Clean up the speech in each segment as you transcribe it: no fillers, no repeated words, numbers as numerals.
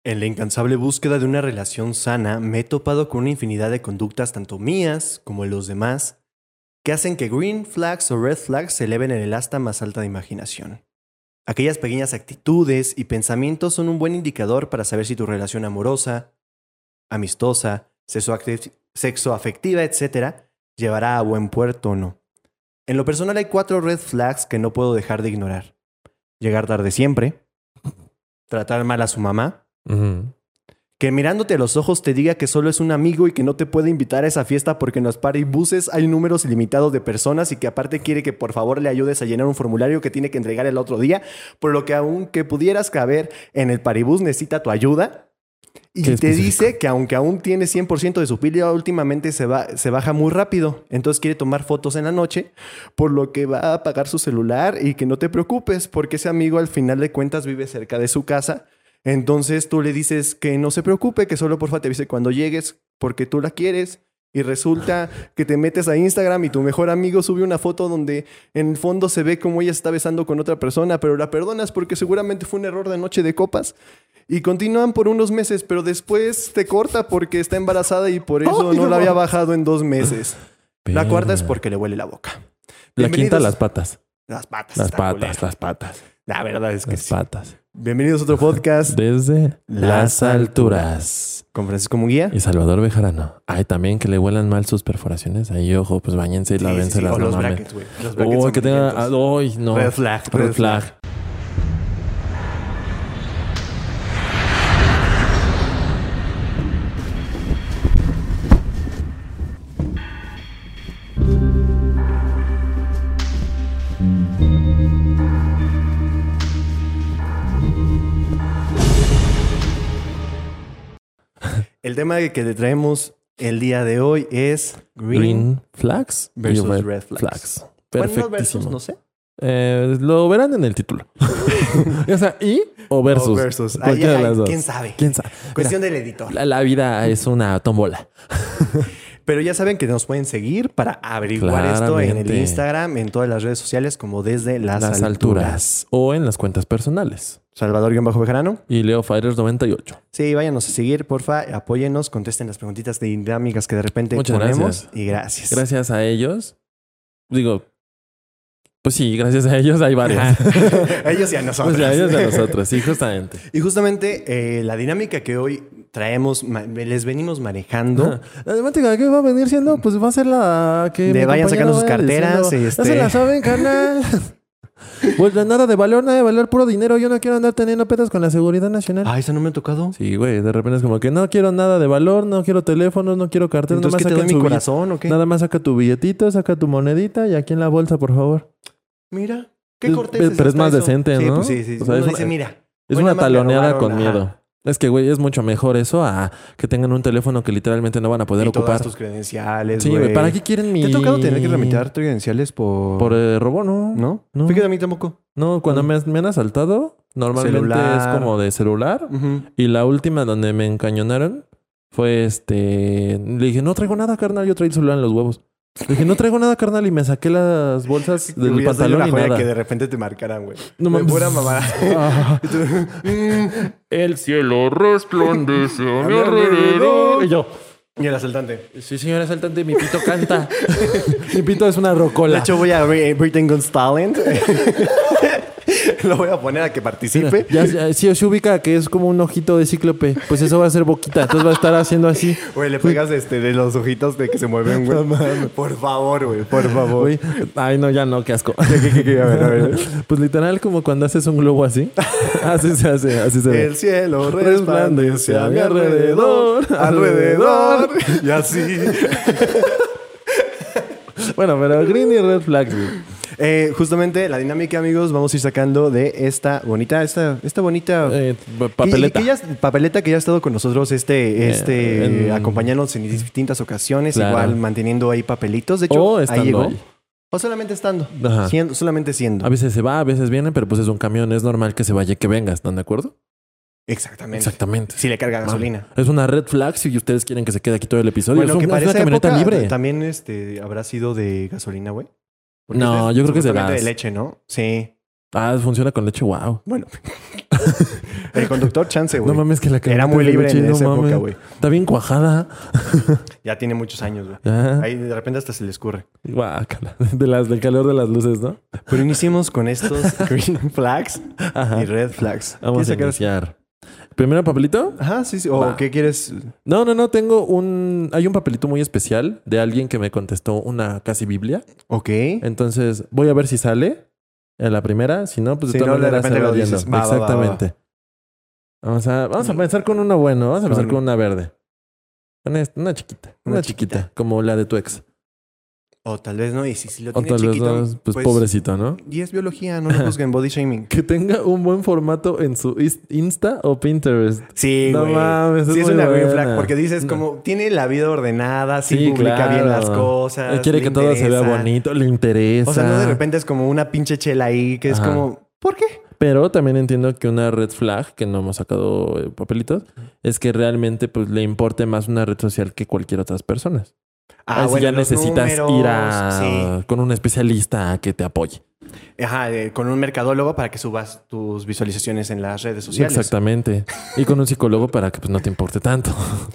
En la incansable búsqueda de una relación sana, me he topado con una infinidad de conductas, tanto mías como de los demás, que hacen que green flags o red flags se eleven en el asta más alta de imaginación. Aquellas pequeñas actitudes y pensamientos son un buen indicador para saber si tu relación amorosa, amistosa, sexoafectiva, etc., llevará a buen puerto o no. En lo personal hay 4 red flags que no puedo dejar de ignorar. Llegar tarde siempre, tratar mal a su mamá, que mirándote a los ojos te diga que solo es un amigo y que no te puede invitar a esa fiesta porque en los partybuses hay números ilimitados de personas y que aparte quiere que por favor le ayudes a llenar un formulario que tiene que entregar el otro día, por lo que aunque pudieras caber en el paribús necesita tu ayuda. Y te dice que aunque aún tiene 100% de su pila, últimamente se baja muy rápido. Entonces quiere tomar fotos en la noche, por lo que va a apagar su celular y que no te preocupes porque ese amigo al final de cuentas vive cerca de su casa. Entonces tú le dices que no se preocupe, que solo porfa te avise cuando llegues porque tú la quieres. Y resulta que te metes a Instagram y tu mejor amigo sube una foto donde en el fondo se ve como ella está besando con otra persona, pero la perdonas porque seguramente fue un error de noche de copas. Y continúan por unos meses, pero después te corta porque está embarazada y por eso no la había bajado en 2 meses. La cuarta es porque le huele la boca. La quinta, las patas. Las patas. Las patas. La verdad es que las patas. Bienvenidos a otro podcast. Desde las alturas. Con Francisco Munguía. Y Salvador Bejarano. Ay, también que le huelan mal sus perforaciones. Ahí, ojo, pues bañense y lávense las los mames. brackets, güey. Los brackets Uy, que tenga... Ay, no. Red flag. Red flag. El tema que le traemos el día de hoy es green flags versus red flags. Perfectísimo. Bueno, no versus, no sé. Lo verán en el título. O sea, y o versus. O versus. Cualquiera de las dos. ¿Quién sabe? Cuestión del editor. La vida es una tómbola. Pero ya saben que nos pueden seguir para averiguar esto en el Instagram, en todas las redes sociales, como desde las alturas. O en las cuentas personales. Salvador-Bejarano. Y Leo Fighters 98. Sí, váyanos a seguir, porfa. Apóyennos, contesten las preguntitas dinámicas que de repente Muchas ponemos. Gracias. Y gracias. Gracias a ellos. Digo, pues sí, gracias a ellos hay varios. Ellos y a nosotros. Pues a ellos y a nosotros, sí, justamente. Y justamente la dinámica que hoy traemos, les venimos manejando. La dinámica que va a venir siendo, pues va a ser la que... De vayan sacando sus carteras. Ya se la saben, carnal. Pues nada de valor, puro dinero. Yo no quiero andar teniendo petas con la seguridad nacional. Ah, ¿eso no me ha tocado? Sí, güey. De repente es como que no quiero nada de valor, no quiero teléfonos, no quiero carteras. Entonces, ¿qué te doy mi corazón o qué? Nada más saca tu billetito, saca tu monedita y aquí en la bolsa, por favor. Mira, qué cortés. Pero es más decente, ¿no? Sí, pues sí. O sea, dice, mira. Es una taloneada con miedo. Es que, güey, es mucho mejor eso a que tengan un teléfono que literalmente no van a poder ocupar. Todas tus credenciales, sí, güey. ¿Para qué quieren mi...? ¿Te ha tocado tener que tramitar credenciales por...? Por robo, ¿no? ¿No? Fíjate, a mí tampoco. No, cuando me han asaltado, normalmente es como de celular. Y la última donde me encañonaron fue Le dije, no traigo nada, carnal. Yo traí el celular en los huevos. Le dije, no traigo nada, carnal. Y me saqué las bolsas del pantalón y nada. Que de repente te marcaran, güey. No mames. Pura mamá. El cielo resplandece a mi alrededor. Y yo... Y el asaltante. Sí, señor asaltante, mi pito canta. Mi pito es una rocola. De hecho, voy a Britain Guns Talent. Lo voy a poner a que participe. Ya, si se ubica que es como un ojito de cíclope, pues eso va a ser boquita. Entonces va a estar haciendo así. Güey, le pegas de los ojitos de que se mueven, güey. Por favor, güey. Por favor. Güey. Ay, no, ya no, qué asco. A ver. Pues literal como cuando haces un globo así. Así se hace, así se ve. El cielo resplandece a mi alrededor. Y así. Bueno, pero green y red flags, güey. Justamente la dinámica, amigos, vamos a ir sacando de esta bonita papeleta. Papeleta que ya ha estado con nosotros acompañándonos en distintas ocasiones, claro. Igual manteniendo ahí papelitos. De hecho, ahí llegó. Ahí. O solamente estando. Solamente siendo. A veces se va, a veces viene, pero pues es un camión. Es normal que se vaya y que venga. ¿Están de acuerdo? Exactamente. Si le carga gasolina. Es una red flag si ustedes quieren que se quede aquí todo el episodio. Bueno, es una camioneta libre. También habrá sido de gasolina, güey. No, yo creo que es de gas. De leche, ¿no? Sí. Ah, funciona con leche, wow. Bueno. El conductor, chance, güey. No mames, que la era muy libre en esa época, güey. Está bien cuajada. Ya tiene muchos años, güey. Ah. Ahí de repente hasta se le escurre. Guácala. Del calor de las luces, ¿no? Pero iniciemos con estos green flags y red flags. Vamos a iniciar. ¿Primero papelito? Ajá, sí. ¿O qué quieres? No. Tengo hay un papelito muy especial de alguien que me contestó una casi Biblia. Ok. Entonces, voy a ver si sale en la primera. Si no, pues de todas maneras se va viendo. Exactamente. Vamos a pensar con uno bueno. Vamos a empezar con una verde. Una chiquita. Una chiquita. Como la de tu ex. O tal vez no. Y si lo o tiene tal chiquito, vez no, pues pobrecito, ¿no? Y es biología. No lo juzguen. Body shaming. Que tenga un buen formato en su Insta o Pinterest. Sí, no güey. mames. Sí, es una green flag. Porque dices como... Tiene la vida ordenada. Sí, publica bien las cosas. Quiere que todo se vea bonito. Le interesa. O sea, no de repente es como una pinche chela ahí. Que es como... ¿Por qué? Pero también entiendo que una red flag, que no hemos sacado papelitos, es que realmente pues le importe más una red social que cualquier otras personas. Bueno, ya necesitas ir con un especialista a que te apoye. Ajá, con un mercadólogo para que subas tus visualizaciones en las redes sociales. Exactamente. Y con un psicólogo para que pues no te importe tanto.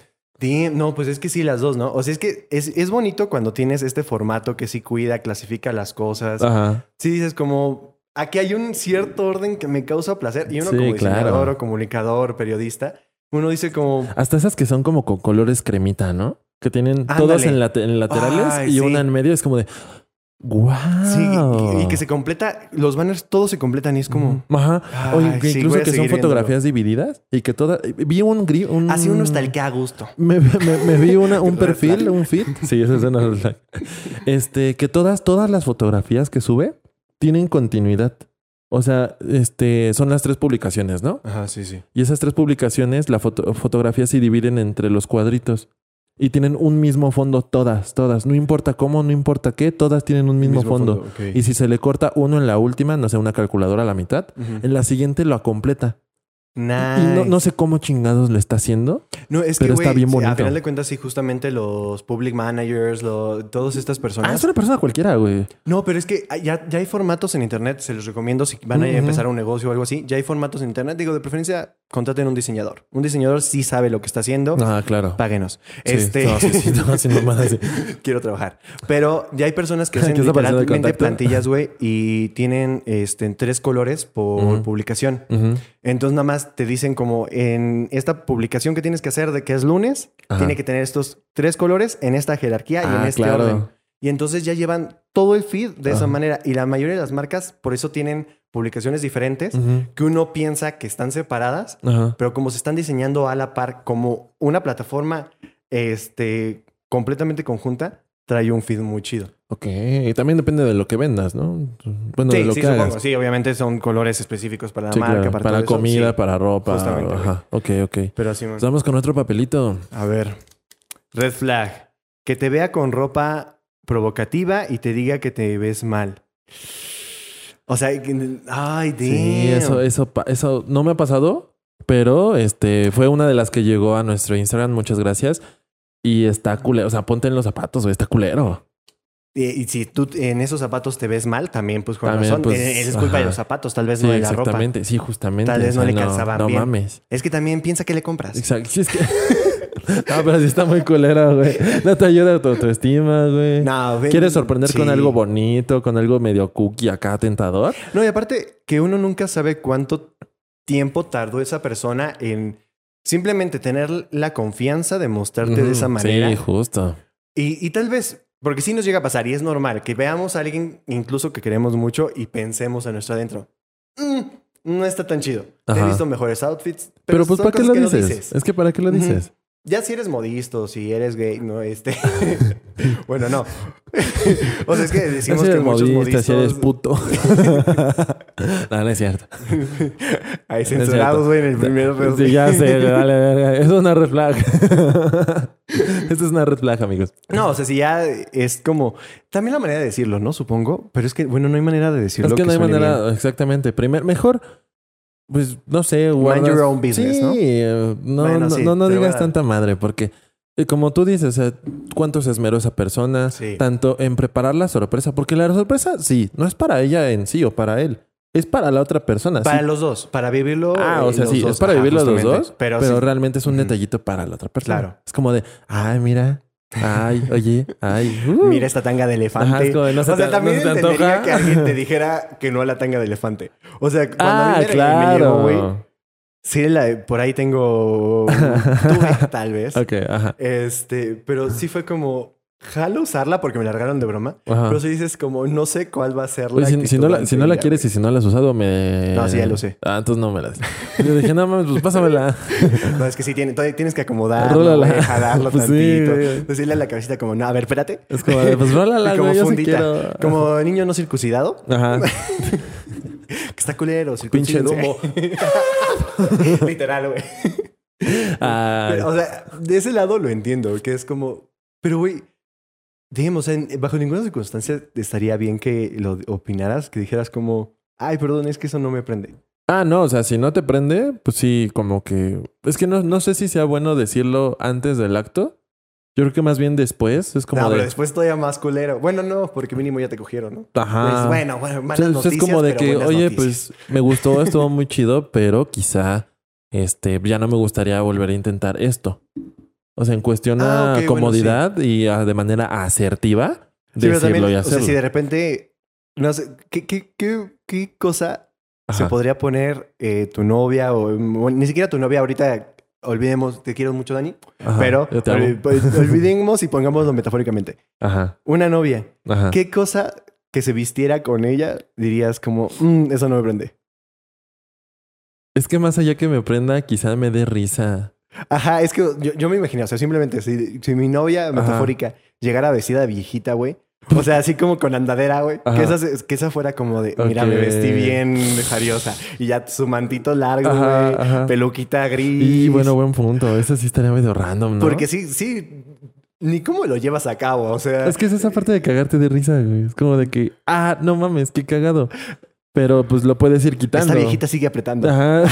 No, pues es que sí, las dos, ¿no? O sea, es que es bonito cuando tienes este formato que sí cuida, clasifica las cosas. Ajá. Sí dices como... Aquí hay un cierto orden que me causa placer. Y uno como diseñador o comunicador, periodista, uno dice como... Hasta esas que son como con colores cremita, ¿no? Que tienen todos en laterales y una en medio. Es como de... ¡Guau! Sí, y que se completa... Los banners todos se completan y es como... Ajá. Oye, incluso que son fotografías divididas y que todas... Vi un... Así uno está el que a gusto. Me vi un perfil, un feed. Sí, eso es una red flag. Que todas las fotografías que sube tienen continuidad. O sea, son las 3 publicaciones, ¿no? Ajá, sí. Y esas 3 publicaciones, la fotografía se dividen entre los cuadritos. Y tienen un mismo fondo todas. No importa cómo, no importa qué, todas tienen un mismo fondo. Okay. Y si se le corta uno en la última, no sé, una calculadora a la mitad, en la siguiente lo completa. Nice. Y no sé cómo chingados lo está haciendo. No, es pero que, está bien bonito. A final de cuentas, sí, justamente los public managers, todas estas personas. Es una persona cualquiera, güey. No, pero es que ya hay formatos en internet. Se los recomiendo si van a empezar un negocio o algo así. Ya hay formatos en internet. Digo, de preferencia, contraten un diseñador. Un diseñador sí sabe lo que está haciendo. Ah, claro. Páguenos. Quiero trabajar. Pero ya hay personas que hacen literalmente plantillas, güey, y tienen 3 colores por publicación. Entonces, nada más te dicen como en esta publicación que tienes que hacer de que es lunes, tiene que tener estos 3 colores en esta jerarquía y en este orden. Y entonces ya llevan todo el feed de esa manera. Y la mayoría de las marcas por eso tienen publicaciones diferentes que uno piensa que están separadas, pero como se están diseñando a la par como una plataforma completamente conjunta, trae un feed muy chido. Ok. Y también depende de lo que vendas, ¿no? Bueno, de lo que hagas. Sí, obviamente son colores específicos para la marca, claro. Para comida, para ropa. Justamente. Ajá. Ok. Pero así, vamos con otro papelito. A ver. Red flag. Que te vea con ropa provocativa y te diga que te ves mal. O sea, ay, damn. Sí, eso no me ha pasado, pero fue una de las que llegó a nuestro Instagram. Muchas gracias. Y está culero. O sea, ponte en los zapatos, güey. Está culero. Y si tú en esos zapatos te ves mal, también pues con razón. Pues, es culpa de los zapatos, tal vez no de la ropa. Exactamente, sí, justamente. Tal vez no le calzaban bien. No mames. Es que también piensa que le compras. Exacto. Sí, es que... No, pero sí está muy culera, güey. No te ayuda a tu autoestima, güey. No, ¿Quieres sorprender con algo bonito, con algo medio cookie acá tentador? No, y aparte que uno nunca sabe cuánto tiempo tardó esa persona en simplemente tener la confianza de mostrarte de esa manera. Sí, justo. Y tal vez... Porque sí nos llega a pasar y es normal que veamos a alguien incluso que queremos mucho y pensemos a nuestro adentro. No está tan chido. He visto mejores outfits. Pero pues ¿para qué lo dices? Es que ¿para qué lo dices? Ya si eres modisto, si eres gay, no Bueno, no. O sea, es que decimos que muchos modistas... Si eres puto. No es cierto. Ahí censurados, güey, en el primero. Sí, ya sé. Dale. Eso es una red flag. Esto es una red flag, amigos. No, o sea, si ya es como... También la manera de decirlo, ¿no? Supongo. Pero es que, bueno, no hay manera de decirlo. Es que no hay manera... Bien. Exactamente. Mejor... Pues, no sé... Mind your own business, sí, ¿no? No digas tanta madre. Porque, como tú dices, o sea, ¿cuánto se esmeró esa persona? Sí. Tanto en preparar la sorpresa. Porque la sorpresa, sí, no es para ella en sí o para él. Es para la otra persona. Para sí. los dos. Para vivirlo. O sea, sí. dos. Es para vivirlo los dos. Pero sí. realmente es un detallito para la otra persona. Claro. Es como de, ay, mira. Ay, oye, ay. Mira esta tanga de elefante. Ajá, es como de, no se o sea, te, también no se te entendería antoja. que alguien te dijera que no a la tanga de elefante. O sea, cuando a mí me claro. llegó, güey. Sí, por ahí tuve, tal vez. Ok, ajá. Pero sí fue como... Jalo usarla porque me largaron de broma. Ajá. Pero si dices como, no sé cuál va a ser Oye, la si no la quieres y si no la has usado, me... No, sí, ya lo sé. Entonces no me la des. Yo dije, no mames, pues pásamela. No, es que sí, todavía tienes que acomodarlo, Rólala. güey, jalarlo Pues sí, tantito. güey. Decirle a la cabecita como, no, a ver, espérate. Es como de, pues rólala, como güey, yo sí fundita. quiero. Como niño no circuncidado. Ajá. Que está culero, Pinche circuncídense. humo. Literal, güey. Ay. Pero, o sea, de ese lado lo entiendo, que es como... Pero, güey, digamos, bajo ninguna circunstancia estaría bien que lo opinaras, que dijeras como... Ay, perdón, es que eso no me prende. No, o sea, si no te prende, pues sí, como que... Es que no sé si sea bueno decirlo antes del acto. Yo creo que más bien después. Es como no, de... pero después todavía más culero. Bueno, no, porque mínimo ya te cogieron, ¿no? Ajá. Pues, bueno, malas noticias, es como de pero que, buenas oye, noticias. pues me gustó, estuvo muy chido, pero quizá ya no me gustaría volver a intentar esto. O sea, en cuestión a ok, comodidad y de manera asertiva, Sí, pero decirlo también, y o hacerlo. sea, si de repente... No sé, ¿qué cosa se Ajá. podría poner tu novia o ni siquiera tu novia ahorita? Olvidemos, te quiero mucho, Dani. Ajá, Pero yo te amo. olvidemos y pongámoslo metafóricamente. Ajá. Una novia. Ajá. ¿Qué cosa que se vistiera con ella dirías como, eso no me prende? Es que más allá que me prenda, quizá me dé risa. Ajá, es que yo me imaginé, o sea, simplemente si mi novia metafórica llegara vestida de viejita, güey. O sea, así como con andadera, güey. Que esa fuera como de, mira, me vestí bien jariosa. Y ya su mantito largo, güey. Peluquita gris. Y bueno, buen punto. Eso sí estaría medio random, ¿no? Porque sí. Ni cómo lo llevas a cabo, o sea... Es que es esa parte de cagarte de risa, güey. Es como de que, no mames, qué cagado. Pero pues lo puedes ir quitando. Esta viejita sigue apretando. Ajá.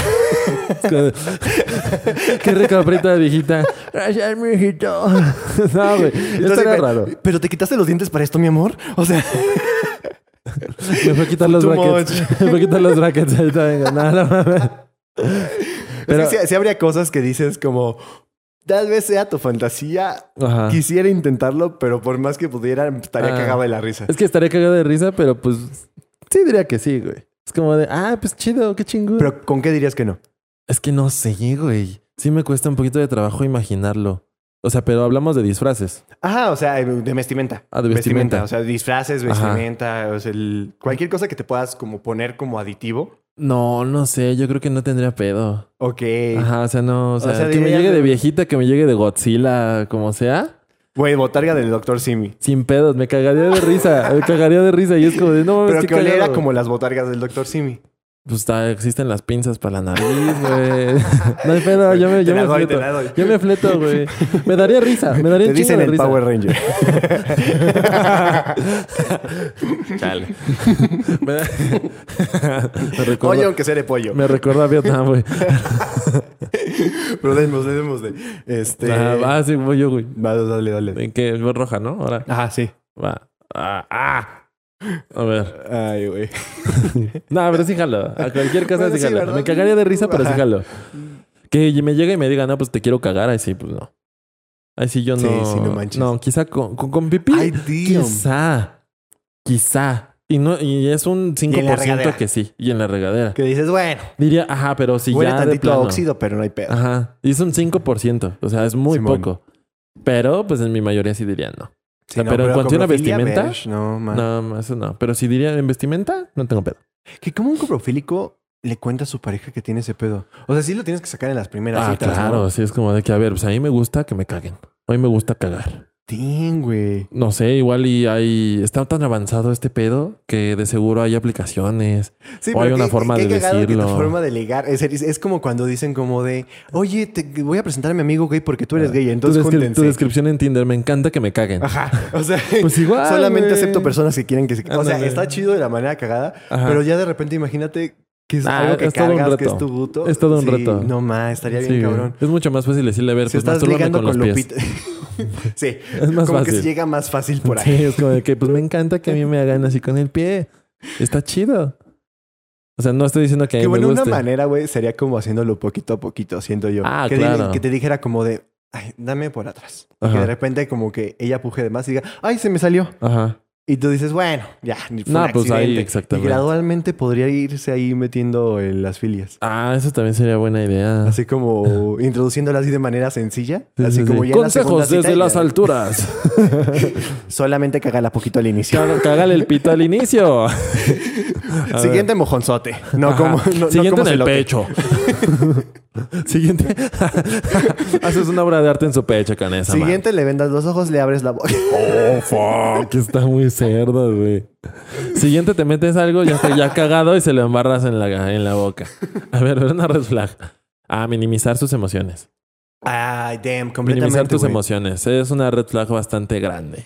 Qué rica aprieta, viejita. Gracias, mijito. No, güey. Estaría raro. ¿Pero te quitaste los dientes para esto, mi amor? O sea... Me fue a quitar los brackets. Me fue a quitar los brackets. Ahorita venga. No mames. Pero es que sí habría cosas que dices como... Tal vez sea tu fantasía. Ajá. Quisiera intentarlo, pero por más que pudiera, estaría cagado de la risa. Es que estaría cagado de risa, pero pues... Sí diría que sí, güey. Es como de... pues chido, qué chingón. Pero ¿con qué dirías que no? Es que no sé, güey. Sí me cuesta un poquito de trabajo imaginarlo. O sea, pero hablamos de disfraces. Ajá, o sea, de vestimenta. De vestimenta. O sea, disfraces, vestimenta. O sea, cualquier cosa que te puedas como poner como aditivo. No sé. Yo creo que no tendría pedo. Ok. Ajá, o sea, no. O sea que me dirías llegue de viejita, que me llegue de Godzilla, como sea. Güey, botarga del Dr. Simi. Sin pedos. Me cagaría de risa. Me cagaría de risa. Y es como de, no mames, pero qué que oliera cagado. como las botargas del Dr. Simi. Pues existen las pinzas para la nariz, güey. No hay pedo, yo me fleto. Yo me fleto, güey. Me daría risa, me daría un chingo de risa. Te dicen el Power Ranger. Chale. Me recuerda, Oye, aunque sea de pollo. Me recuerda a Vietnam, güey. Pero debemos de... sí, voy yo, güey. Va, dale. ¿En qué? Voz roja, ¿no? Ahora. Ajá, sí. Va. A ver. Ay, güey. No, pero sí jalo. A cualquier cosa Bueno, sí sí, jalo. ¿verdad? Me cagaría de risa, pero sí Ajá. jalo. Que me llegue y me diga, no, pues te quiero cagar. Ahí sí, pues no. Ahí sí yo no... Sí, no manches. No, quizá con pipí. Ay, tío. Quizá. Y es un 5% regadera. que sí. Y en la regadera. Que dices, bueno. Diría, pero si Huele ya de tantito a plano. óxido, pero no hay pedo. Ajá. Y es un 5%. O sea, es muy Simón. poco. Pero, pues en mi mayoría sí diría no. Sí, pero en cuanto a una coprofilia, vestimenta... verge, no, man. No, eso no. Pero si diría en vestimenta, no tengo pedo. Que como un coprofílico le cuenta a su pareja que tiene ese pedo. O sea, sí lo tienes que sacar en las primeras citas, claro. ¿no? Sí, es como de que, a ver, pues a mí me gusta que me caguen. A mí me gusta cagar. Ting, güey. No sé, igual está tan avanzado este pedo que de seguro hay aplicaciones. Sí, o hay una forma de cagado decirlo. Que tu forma de ligar. Es como cuando dicen como de... Oye, te voy a presentar a mi amigo gay porque tú eres gay. Entonces júntense. Tu descripción en Tinder, me encanta que me caguen. Ajá. O sea, Pues igual, solamente güey. acepto personas que quieren que se... O sea, Ándale. está chido de la manera cagada. Ajá. Pero ya de repente imagínate que es algo que es todo un cargas, que reto. es tu gusto. Es todo un Sí, reto. No más, estaría bien Sí, cabrón. es mucho más fácil decirle, a ver, Si pues estás mastúrbame ligando con con los pies. Lupita... Sí. Es más como fácil. que se llega más fácil por ahí. Sí, es como de que, pues me encanta que a mí me hagan así con el pie. Está chido. O sea, no estoy diciendo que a mí Que bueno, me guste. una manera, güey, sería como haciéndolo poquito a poquito, siento yo. Ah, que, claro. que te dijera como de, ay, dame por atrás. Y Ajá. que de repente como que ella puje de más y diga, ay, se me salió. Ajá. Y tú dices, bueno, ya, fue un No, pues ahí accidente. exactamente. Y gradualmente podría irse ahí metiendo las filias. Ah, eso también sería buena idea. Así como introduciéndola así de manera sencilla. Sí, así sí, como sí. ya en la segunda Consejos desde cita, las ya. alturas. Solamente cágala poquito al inicio. Cágale el pito al inicio. A Siguiente mojonzote. No Ajá. como no Siguiente como en el celote. pecho. Siguiente. Haces una obra de arte en su pecho con esa. Siguiente, le vendas los ojos, le abres la boca. Oh, fuck. Está muy cerdo, güey. Siguiente, te metes algo, ya está ya cagado y se lo embarras en la boca. A ver, una red flag. Minimizar sus emociones. Ay, damn, completamente. Minimizar tus güey. emociones. Es una red flag bastante grande.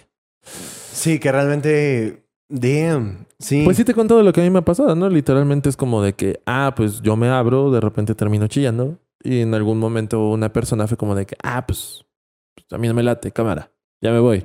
Sí, que realmente. Damn. Sí. Pues sí te cuento de lo que a mí me ha pasado, ¿no? Literalmente es como de que, pues yo me abro, de repente termino chillando. Y en algún momento una persona fue como de que, pues a mí no me late, cámara. Ya me voy.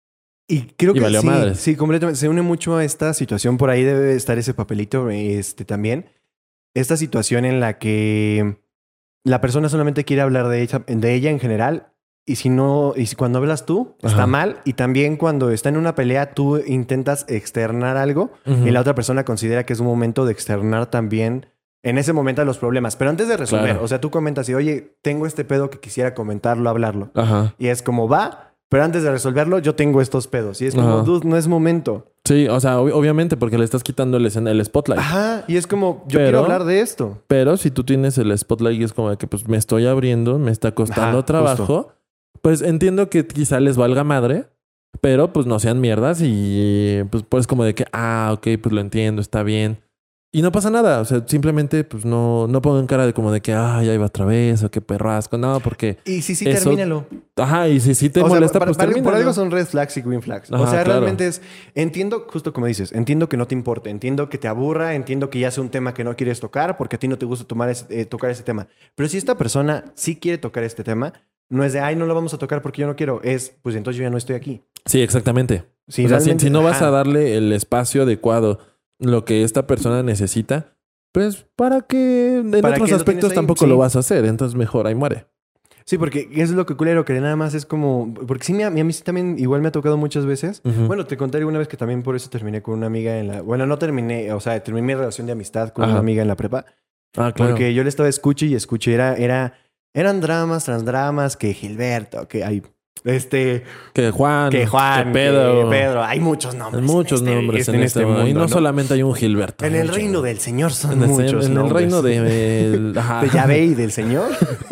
Y creo Y que valió sí, madres. sí, completamente. Se une mucho a esta situación. Por ahí debe estar ese papelito también. Esta situación en la que la persona solamente quiere hablar de ella en general. Y si no, cuando hablas tú, está Ajá. mal. Y también cuando está en una pelea, tú intentas externar algo Ujú. y la otra persona considera que es un momento de externar también en ese momento los problemas. Pero antes de resolver, Claro. o sea, tú comentas y, oye, tengo este pedo que quisiera comentarlo, hablarlo. Ajá. Y es como, va, pero antes de resolverlo, yo tengo estos pedos. Y es como, Ajá. dude, no es momento. Sí, o sea, obviamente porque le estás quitando el spotlight. Ajá, y es como, yo Pero- quiero hablar de esto. Pero si tú tienes el spotlight y es como de que pues me estoy abriendo, me está costando Ajá, trabajo, pues entiendo que quizá les valga madre, pero pues no sean mierdas y pues como de que, ok, pues lo entiendo, está bien. Y no pasa nada, o sea, simplemente pues no pongan cara de como de que, ya iba otra vez o qué perrasco, no, porque, Y sí, Eso- termínalo. y si te O sea, molesta, por pues termina. algo son red flags y green flags. Ajá, o sea, claro. realmente es... Entiendo, justo como dices, entiendo que no te importe. Entiendo que te aburra. Entiendo que ya sea un tema que no quieres tocar porque a ti no te gusta tocar ese tema. Pero si esta persona sí quiere tocar este tema, no es de, no lo vamos a tocar porque yo no quiero. Es, pues entonces yo ya no estoy aquí. Sí, exactamente. Sí, O sea, realmente- si no vas ajá. a darle el espacio adecuado, lo que esta persona necesita, pues para que en ¿Para otros qué lo aspectos tienes ahí? tampoco Sí. lo vas a hacer. Entonces mejor ahí muere. Sí, porque eso es lo que culero, que nada más es como... Porque sí, a mí sí también igual me ha tocado muchas veces. Ujú. Bueno, te contaré una vez que también por eso terminé con una amiga en la... Bueno, no terminé, o sea, terminé mi relación de amistad con Ajá. una amiga en la prepa. Claro. Porque yo le estaba escuche y escuche. Eran dramas tras dramas, que Gilberto, que hay... Que Juan, que Juan, que Pedro. que Pedro. Hay muchos nombres. Hay muchos nombres en este mundo. Y no solamente hay un Gilberto. En hay el muchos. reino del Señor son En el, muchos en el nombres. reino de... ajá. De Yahvé y del Señor.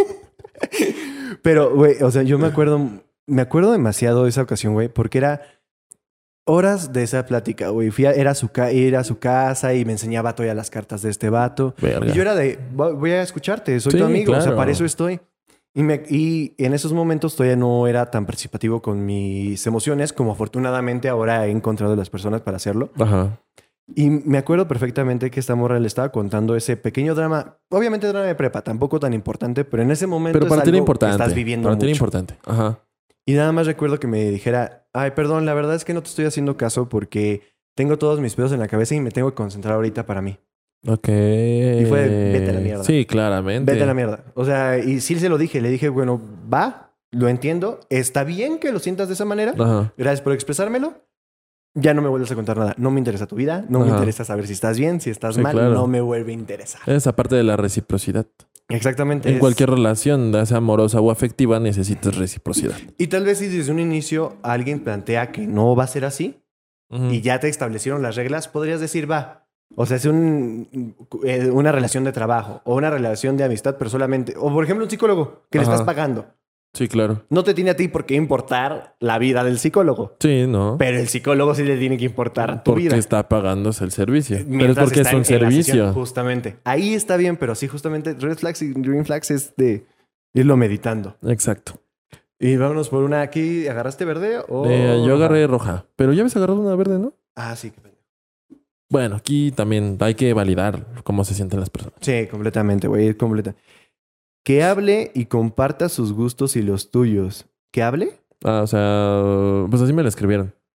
Pero, güey, o sea, yo me acuerdo demasiado de esa ocasión, güey, porque era horas de esa plática, güey. Era a su casa y me enseñaba todas las cartas de este vato. Verga. Y yo era de, voy a escucharte, soy Sí, tu amigo, o sea, claro. para eso estoy. Y en esos momentos todavía no era tan participativo con mis emociones como afortunadamente ahora he encontrado las personas para hacerlo. Ajá. Y me acuerdo perfectamente que esta morra le estaba contando ese pequeño drama, obviamente drama de prepa, tampoco tan importante, pero en ese momento Pero para es ti era algo importante. que estás viviendo Para ti era mucho. importante. Ajá. Y nada más recuerdo que me dijera, perdón, la verdad es que no te estoy haciendo caso porque tengo todos mis pedos en la cabeza y me tengo que concentrar ahorita para mí. Ok. Y fue, vete a la mierda. Sí, claramente. Vete a la mierda. O sea, y sí se lo dije. Le dije, bueno, va, lo entiendo. Está bien que lo sientas de esa manera. Ajá. Gracias por expresármelo. Ya no me vuelves a contar nada. No me interesa tu vida. No me Ajá. interesa saber si estás bien, si estás Sí, mal. claro. No me vuelve a interesar. Esa parte de la reciprocidad. Exactamente. En cualquier relación, ya sea amorosa o afectiva, necesitas reciprocidad. Y tal vez si desde un inicio alguien plantea que no va a ser así Ujú. y ya te establecieron las reglas, podrías decir, va. O sea, es una relación de trabajo o una relación de amistad, pero solamente... O por ejemplo, un psicólogo que le Ajá. estás pagando. Sí, claro. No te tiene a ti por qué importar la vida del psicólogo. Sí, ¿no? Pero el psicólogo sí le tiene que importar tu Porque vida. está pagándose el servicio. Pero es Mientras porque es está un en la sesión, servicio. justamente. Ahí está bien, pero sí, justamente red flags y green flags es de irlo meditando. Exacto. Y vámonos por una aquí. ¿Agarraste verde o...? Yo agarré roja. Pero ya habías agarrado una verde, ¿no? Ah, sí. Qué pendejo. Bueno, aquí también hay que validar cómo se sienten las personas. Sí, completamente, güey. Completa. Que hable y comparta sus gustos y los tuyos. ¿Que hable? O sea, pues así me la escribieron.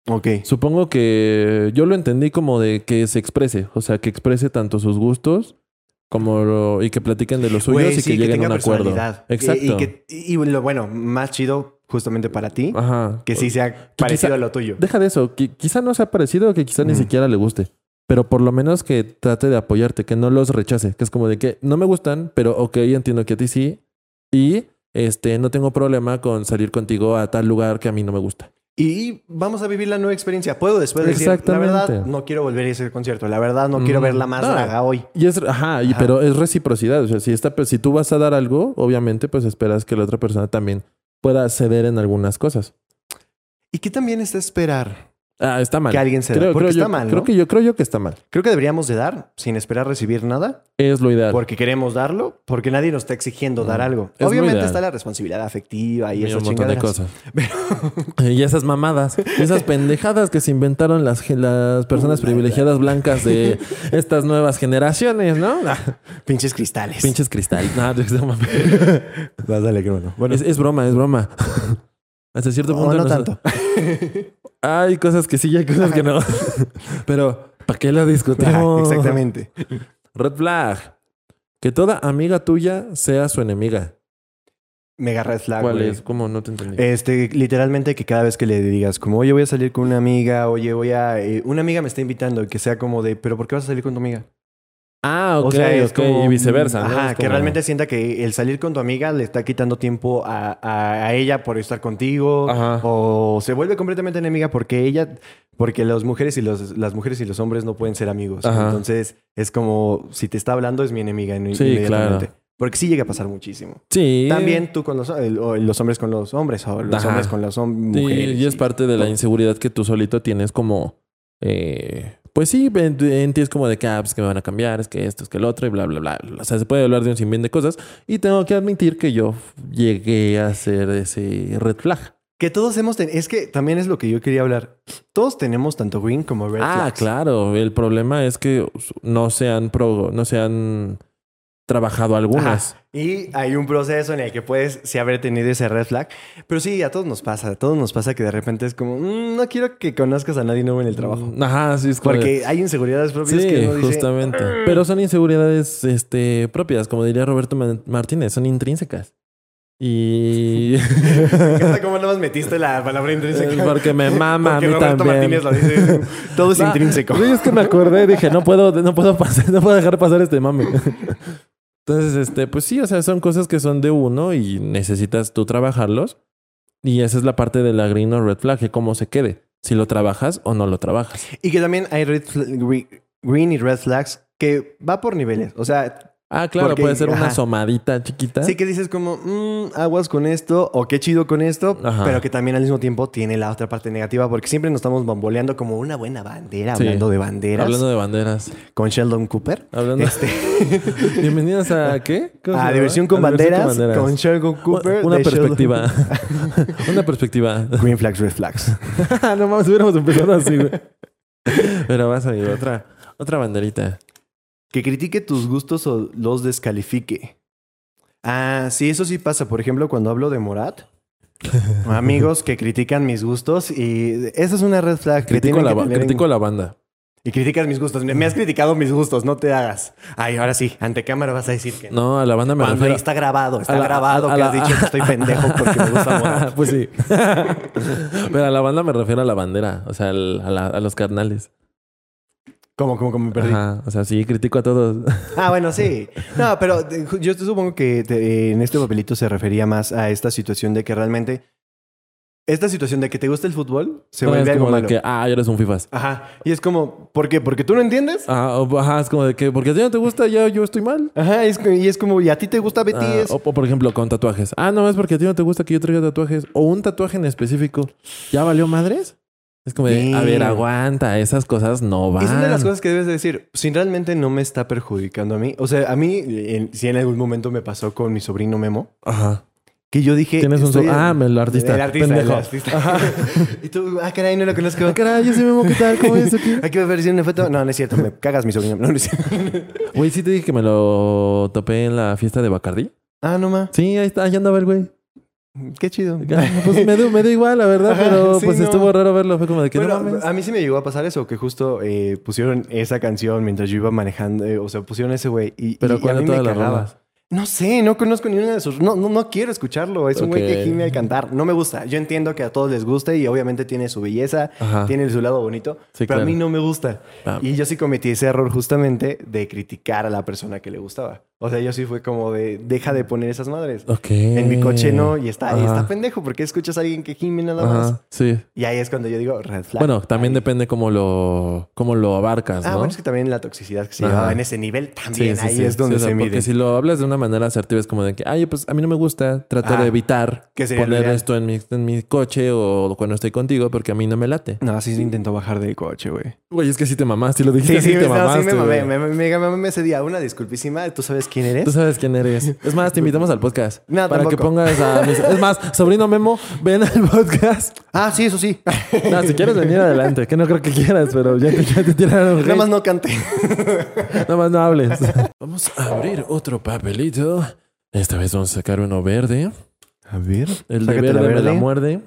Ok. Supongo que yo lo entendí como de que se exprese. O sea, que exprese tanto sus gustos y que platiquen de los suyos. Güey, y sí, que lleguen a un acuerdo. Exacto. Y lo bueno, más chido justamente para ti, Ajá. que sí sea parecido a lo tuyo. Deja de eso. Quizá no sea parecido, que quizá ni siquiera le guste. Pero por lo menos que trate de apoyarte, que no los rechace. Que es como de que no me gustan, pero ok, entiendo que a ti sí. Y no tengo problema con salir contigo a tal lugar que a mí no me gusta. Y vamos a vivir la nueva experiencia. Puedo después decir, la verdad, no quiero volver a ese concierto. La verdad, no quiero verla más draga hoy. Pero es reciprocidad. O sea, si tú vas a dar algo, obviamente, pues esperas que la otra persona también pueda ceder en algunas cosas. ¿Y qué también está esperar? Está mal. Que alguien se da. Porque está mal, ¿no? Creo yo que está mal. Creo que deberíamos de dar sin esperar recibir nada. Es lo ideal. Porque queremos darlo, porque nadie nos está exigiendo dar algo. Obviamente está la responsabilidad afectiva y esas chingaderas. Un montón de cosas. Y esas mamadas, esas pendejadas que se inventaron las personas privilegiadas blancas de estas nuevas generaciones, ¿no? Pinches cristales. No, Dale, qué bueno. Es broma. Hasta cierto punto. No tanto. Hay cosas que sí y hay cosas que no. Pero, ¿para qué lo discutimos? Exactamente. Red flag. Que toda amiga tuya sea su enemiga. Mega red flag. ¿Cuál es? ¿Cómo? No te entendí. Literalmente que cada vez que le digas como, oye, voy a salir con una amiga, oye, una amiga me está invitando, y que sea como de, ¿pero por qué vas a salir con tu amiga? Ok, o sea, es como, y viceversa, ¿no? Ajá, que realmente sienta que el salir con tu amiga le está quitando tiempo a ella por estar contigo. Ajá. O se vuelve completamente enemiga porque las mujeres y los hombres no pueden ser amigos. Ajá. Entonces, es como, si te está hablando, es mi enemiga inmediatamente. Claro. Porque sí llega a pasar muchísimo. Sí. También tú con los hombres con los hombres o los hombres con las mujeres. Sí, y es parte de la inseguridad que tú solito tienes como... Pues sí, en ti es como de que, pues que me van a cambiar, es que esto, es que el otro y bla, bla, bla. O sea, se puede hablar de un sinfín de cosas. Y tengo que admitir que yo llegué a ser ese red flag. Que todos es que también es lo que yo quería hablar. Todos tenemos tanto green como red flags. Claro. El problema es que no se han trabajado algunas. Ajá. Y hay un proceso en el que puedes sí haber tenido ese red flag. Pero sí, a todos nos pasa. A todos nos pasa que de repente es como, no quiero que conozcas a nadie nuevo en el trabajo. Ajá, sí. Es como porque hay inseguridades propias que uno dice... justamente. Pero son inseguridades propias, como diría Roberto Martínez. Son intrínsecas. Y... ¿Cómo no más metiste la palabra intrínseca? Porque me mama porque a mí Roberto también. Martínez lo dice. Todo es intrínseco. Es que me acordé. Dije, no puedo dejar pasar este mame. Entonces, pues sí, o sea, son cosas que son de uno y necesitas tú trabajarlos. Y esa es la parte de la green o red flag, que cómo se quede. Si lo trabajas o no lo trabajas. Y que también hay green y red flags que va por niveles. O sea... claro, porque, puede ser una asomadita chiquita. Sí, que dices como, aguas con esto, o qué chido con esto, pero que también al mismo tiempo tiene la otra parte negativa, porque siempre nos estamos bamboleando como una buena bandera, hablando de banderas. Con Sheldon Cooper. Bienvenidos a ¿qué? A Diversión con Banderas, con Sheldon Cooper. Una perspectiva. Una perspectiva. Green flags, red flags. No mames, hubiéramos empezado así, güey. Pero vas a ir otra banderita. Que critique tus gustos o los descalifique. Sí, eso sí pasa. Por ejemplo, cuando hablo de Morat. Amigos que critican mis gustos. Y esa es una red flag. Critico la banda. Y criticas mis gustos. Me has criticado mis gustos. No te hagas. Ahora sí. Ante cámara vas a decir que no. A la banda me refiero... Está grabado. Está grabado que has dicho que estoy pendejo porque me gusta Morat. Pues sí. Pero a la banda me refiero a la bandera. O sea, a los carnales. ¿Cómo me perdí? Ajá, o sea, sí, critico a todos. Bueno, sí. No, pero yo supongo que en este papelito se refería más a esta situación de que realmente... Esta situación de que te gusta el fútbol se vuelve algo malo. De que, eres un fifas. Ajá. Y es como, ¿por qué? ¿Porque tú no entiendes? Ajá, es como de que, porque a ti no te gusta, ya yo estoy mal. Ajá, y es como, ¿y a ti te gusta BTS? O por ejemplo, con tatuajes. No, es porque a ti no te gusta que yo traiga tatuajes. O un tatuaje en específico. ¿Ya valió madres? Es como de, a ver, aguanta, esas cosas no van. Y son de las cosas que debes de decir, si realmente no me está perjudicando a mí. O sea, a mí, si en algún momento me pasó con mi sobrino Memo. Ajá. Que yo dije... ¿Tienes un sobrino? El artista. El artista, pendejo. El artista. Ajá. Y tú, caray, no lo conozco. Caray, yo soy Memo, ¿qué tal? ¿Cómo es aquí? Hay que ver una foto. No es cierto, me cagas mi sobrino. No es cierto. Güey, sí te dije que me lo topé en la fiesta de Bacardí. No ma. Sí, ahí está, allá andaba el güey. Qué chido. Pues me dio igual, la verdad, pero sí, pues estuvo raro verlo. Fue como de que bueno, no mames. A mí sí me llegó a pasar eso, que justo pusieron esa canción mientras yo iba manejando. O sea, pusieron ese güey. Pero y a mí me cagaba. No sé, no conozco ni una de sus... No quiero escucharlo. Es un güey que gime al cantar. No me gusta. Yo entiendo que a todos les gusta y obviamente tiene su belleza, tiene su lado bonito, sí, pero a mí no me gusta. Y yo sí cometí ese error justamente de criticar a la persona que le gustaba. O sea, yo sí fue como de... Deja de poner esas madres. En mi coche no. Y está pendejo. ¿Por qué escuchas a alguien que gime nada más? Sí. Y ahí es cuando yo digo red flag. Bueno, también depende cómo lo abarcas, ¿no? Bueno, es que también la toxicidad que se llevaba en ese nivel también ahí es donde se mide. Porque si lo hablas de una manera asertiva es como de que, ay, pues a mí no me gusta, tratar de evitar poner esto en mi coche o cuando estoy contigo porque a mí no me late. No, sí se intentó bajar del coche, güey. Güey, es que sí te mamaste, lo dijiste, sí te mamaste. Sí, me mamé ese día. Una disculpísima. ¿Tú sabes quién eres? Tú sabes quién eres. Es más, te invitamos al podcast. No, para que pongas a... Es más, sobrino Memo, ven al podcast. Sí, eso sí. No, si quieres venir adelante, que no creo que quieras, pero ya te tiraron. Nada más no cante. Nada más no hables. Vamos a abrir otro papelito. Esta vez vamos a sacar uno verde. A ver. El de verde me la muerde.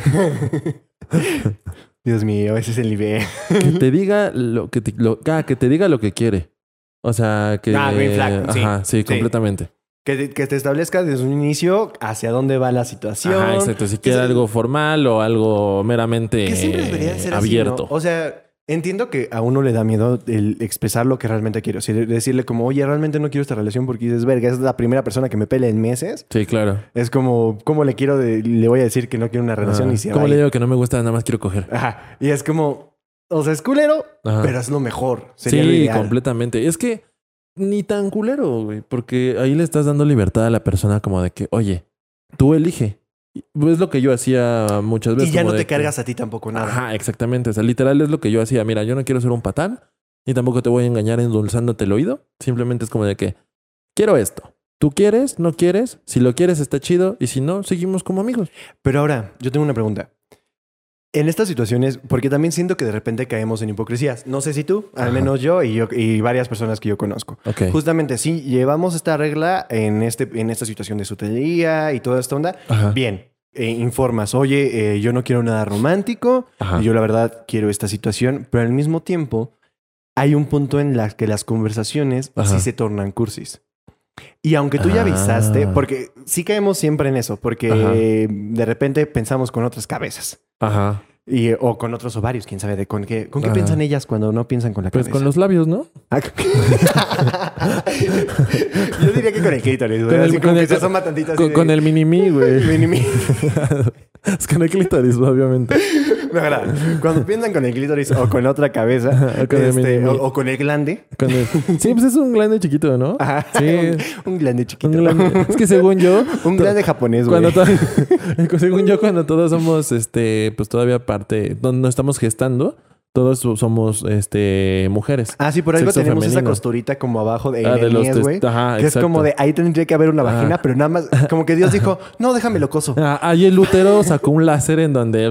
Dios mío, ese es el nivel. Que te diga que te diga lo que quiere. O sea, que... green flag. Ajá, sí, completamente. Que te establezca desde un inicio hacia dónde va la situación. Ajá, exacto. Si quiere algo formal o algo meramente que siempre debería ser abierto. Así, ¿no? O sea, entiendo que a uno le da miedo el expresar lo que realmente quiero. O sea, decirle como, oye, realmente no quiero esta relación porque dices, verga, es la primera persona que me pelea en meses. Sí, claro. Es como, ¿cómo le voy a decir que no quiero una relación y se va? ¿Cómo le digo que no me gusta? Nada más quiero coger. Ajá. Y es como, o sea, es culero, pero es lo mejor. Sería lo ideal. Completamente. Es que ni tan culero, güey, porque ahí le estás dando libertad a la persona como de que, oye, tú elige. Es lo que yo hacía muchas veces. Y ya no te cargas a ti tampoco nada. Ajá, exactamente. O sea, literal es lo que yo hacía. Mira, yo no quiero ser un patán y tampoco te voy a engañar endulzándote el oído. Simplemente es como de que quiero esto. ¿Tú quieres? ¿No quieres? Si lo quieres está chido y si no, seguimos como amigos. Pero ahora, yo tengo una pregunta. En estas situaciones, porque también siento que de repente caemos en hipocresías. No sé si tú, al menos yo y varias personas que yo conozco. Okay. Justamente, sí, llevamos esta regla en esta situación de soltería y toda esta onda. Bien, informas, oye, yo no quiero nada romántico. Yo la verdad quiero esta situación. Pero al mismo tiempo, hay un punto en la que las conversaciones sí se tornan cursis. Y aunque tú ya avisaste, porque sí caemos siempre en eso, porque de repente pensamos con otras cabezas. Ajá. O con otros ovarios, quién sabe con qué piensan ellas cuando no piensan con la cabeza. Pues con los labios, ¿no? Yo diría que con el clítoris, güey. Se asoma tantito así con el mini-me, güey. Mini-me. Es con el clítoris, obviamente. No, verdad. Cuando piensan con el clítoris o con otra cabeza, o con el glande. Sí, pues es un glande chiquito, ¿no? Ajá. Sí. Un glande chiquito. Es que según yo... un glande japonés, güey. Según yo, cuando todos somos, pues todavía parte... No estamos gestando... Todos somos mujeres. Sí, por algo tenemos femenino. Esa costurita como abajo de los güey. Ajá, que exacto. Es como de ahí tendría que haber una vagina, pero nada más como que Dios dijo, no, déjamelo coso. Ahí el útero sacó un láser en donde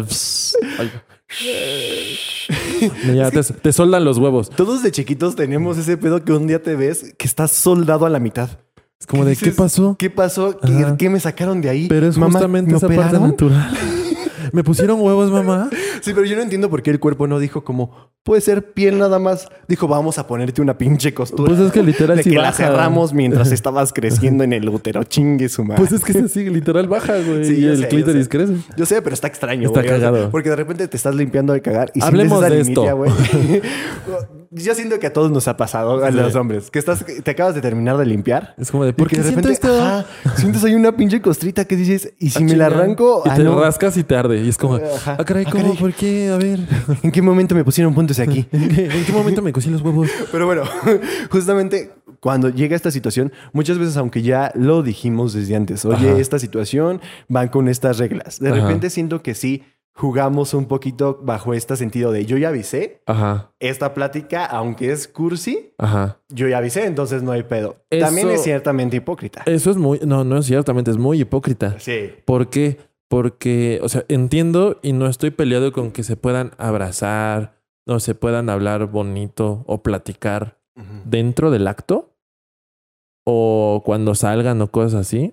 ya te soldan los huevos. Todos de chiquitos tenemos ese pedo que un día te ves que estás soldado a la mitad. Es como de dices, ¿qué pasó? ¿Qué pasó? ¿Qué me sacaron de ahí? Pero es justamente esa parte natural. ¿Me pusieron huevos, mamá? Sí, pero yo no entiendo por qué el cuerpo no dijo como... Puede ser piel nada más. Dijo, vamos a ponerte una pinche costura. Pues es que literal sí baja. La cerramos mientras estabas creciendo en el útero. Chingue su madre. Pues es que es así, literal baja, güey. Sí, y el clítoris crece. Yo sé, pero está extraño, güey. Está cagado. O sea, porque de repente te estás limpiando de cagar y hablemos de esto, güey. Yo siento que a todos nos ha pasado, a los hombres. Que te acabas de terminar de limpiar. Es como de, ¿por qué de repente sientes ahí una pinche costrita que dices, ¿y si me la arranco? Y te rascas y te arde. Y es como, caray, ¿cómo? ¿Por qué? A ver. ¿En qué momento me pusieron puntos aquí? ¿En qué momento me cosí los huevos? Pero bueno, justamente cuando llega esta situación, muchas veces, aunque ya lo dijimos desde antes, oye, esta situación van con estas reglas. De repente siento que sí jugamos un poquito bajo este sentido de yo ya avisé. Esta plática, aunque es cursi, yo ya avisé, entonces no hay pedo. Eso, también es ciertamente hipócrita. Eso es muy... No es ciertamente, es muy hipócrita. Sí. ¿Por qué? Porque, o sea, entiendo y no estoy peleado con que se puedan abrazar o se puedan hablar bonito o platicar dentro del acto o cuando salgan o cosas así.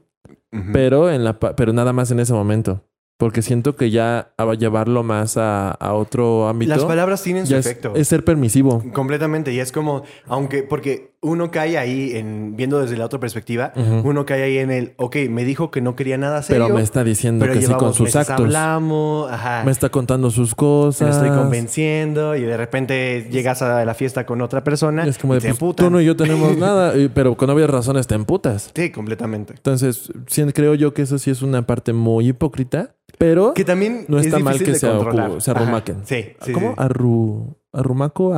pero pero nada más en ese momento. Porque siento que ya a llevarlo más a otro ámbito. Las palabras tienen su efecto. Es ser permisivo. Completamente. Y es como, porque uno cae ahí viendo desde la otra perspectiva, uno cae ahí en el, ok, me dijo que no quería nada serio. Pero me está diciendo que sí con sus actos. Hablamos, me está contando sus cosas. Me estoy convenciendo y de repente llegas a la fiesta con otra persona. Es como de, pues, tú no y yo tenemos nada, pero con obvias razones te emputas. Sí, completamente. Entonces, sí, creo yo que eso sí es una parte muy hipócrita. Pero que también no está mal que se arrumaquen. Sí. ¿Cómo? Sí. Arrumaco,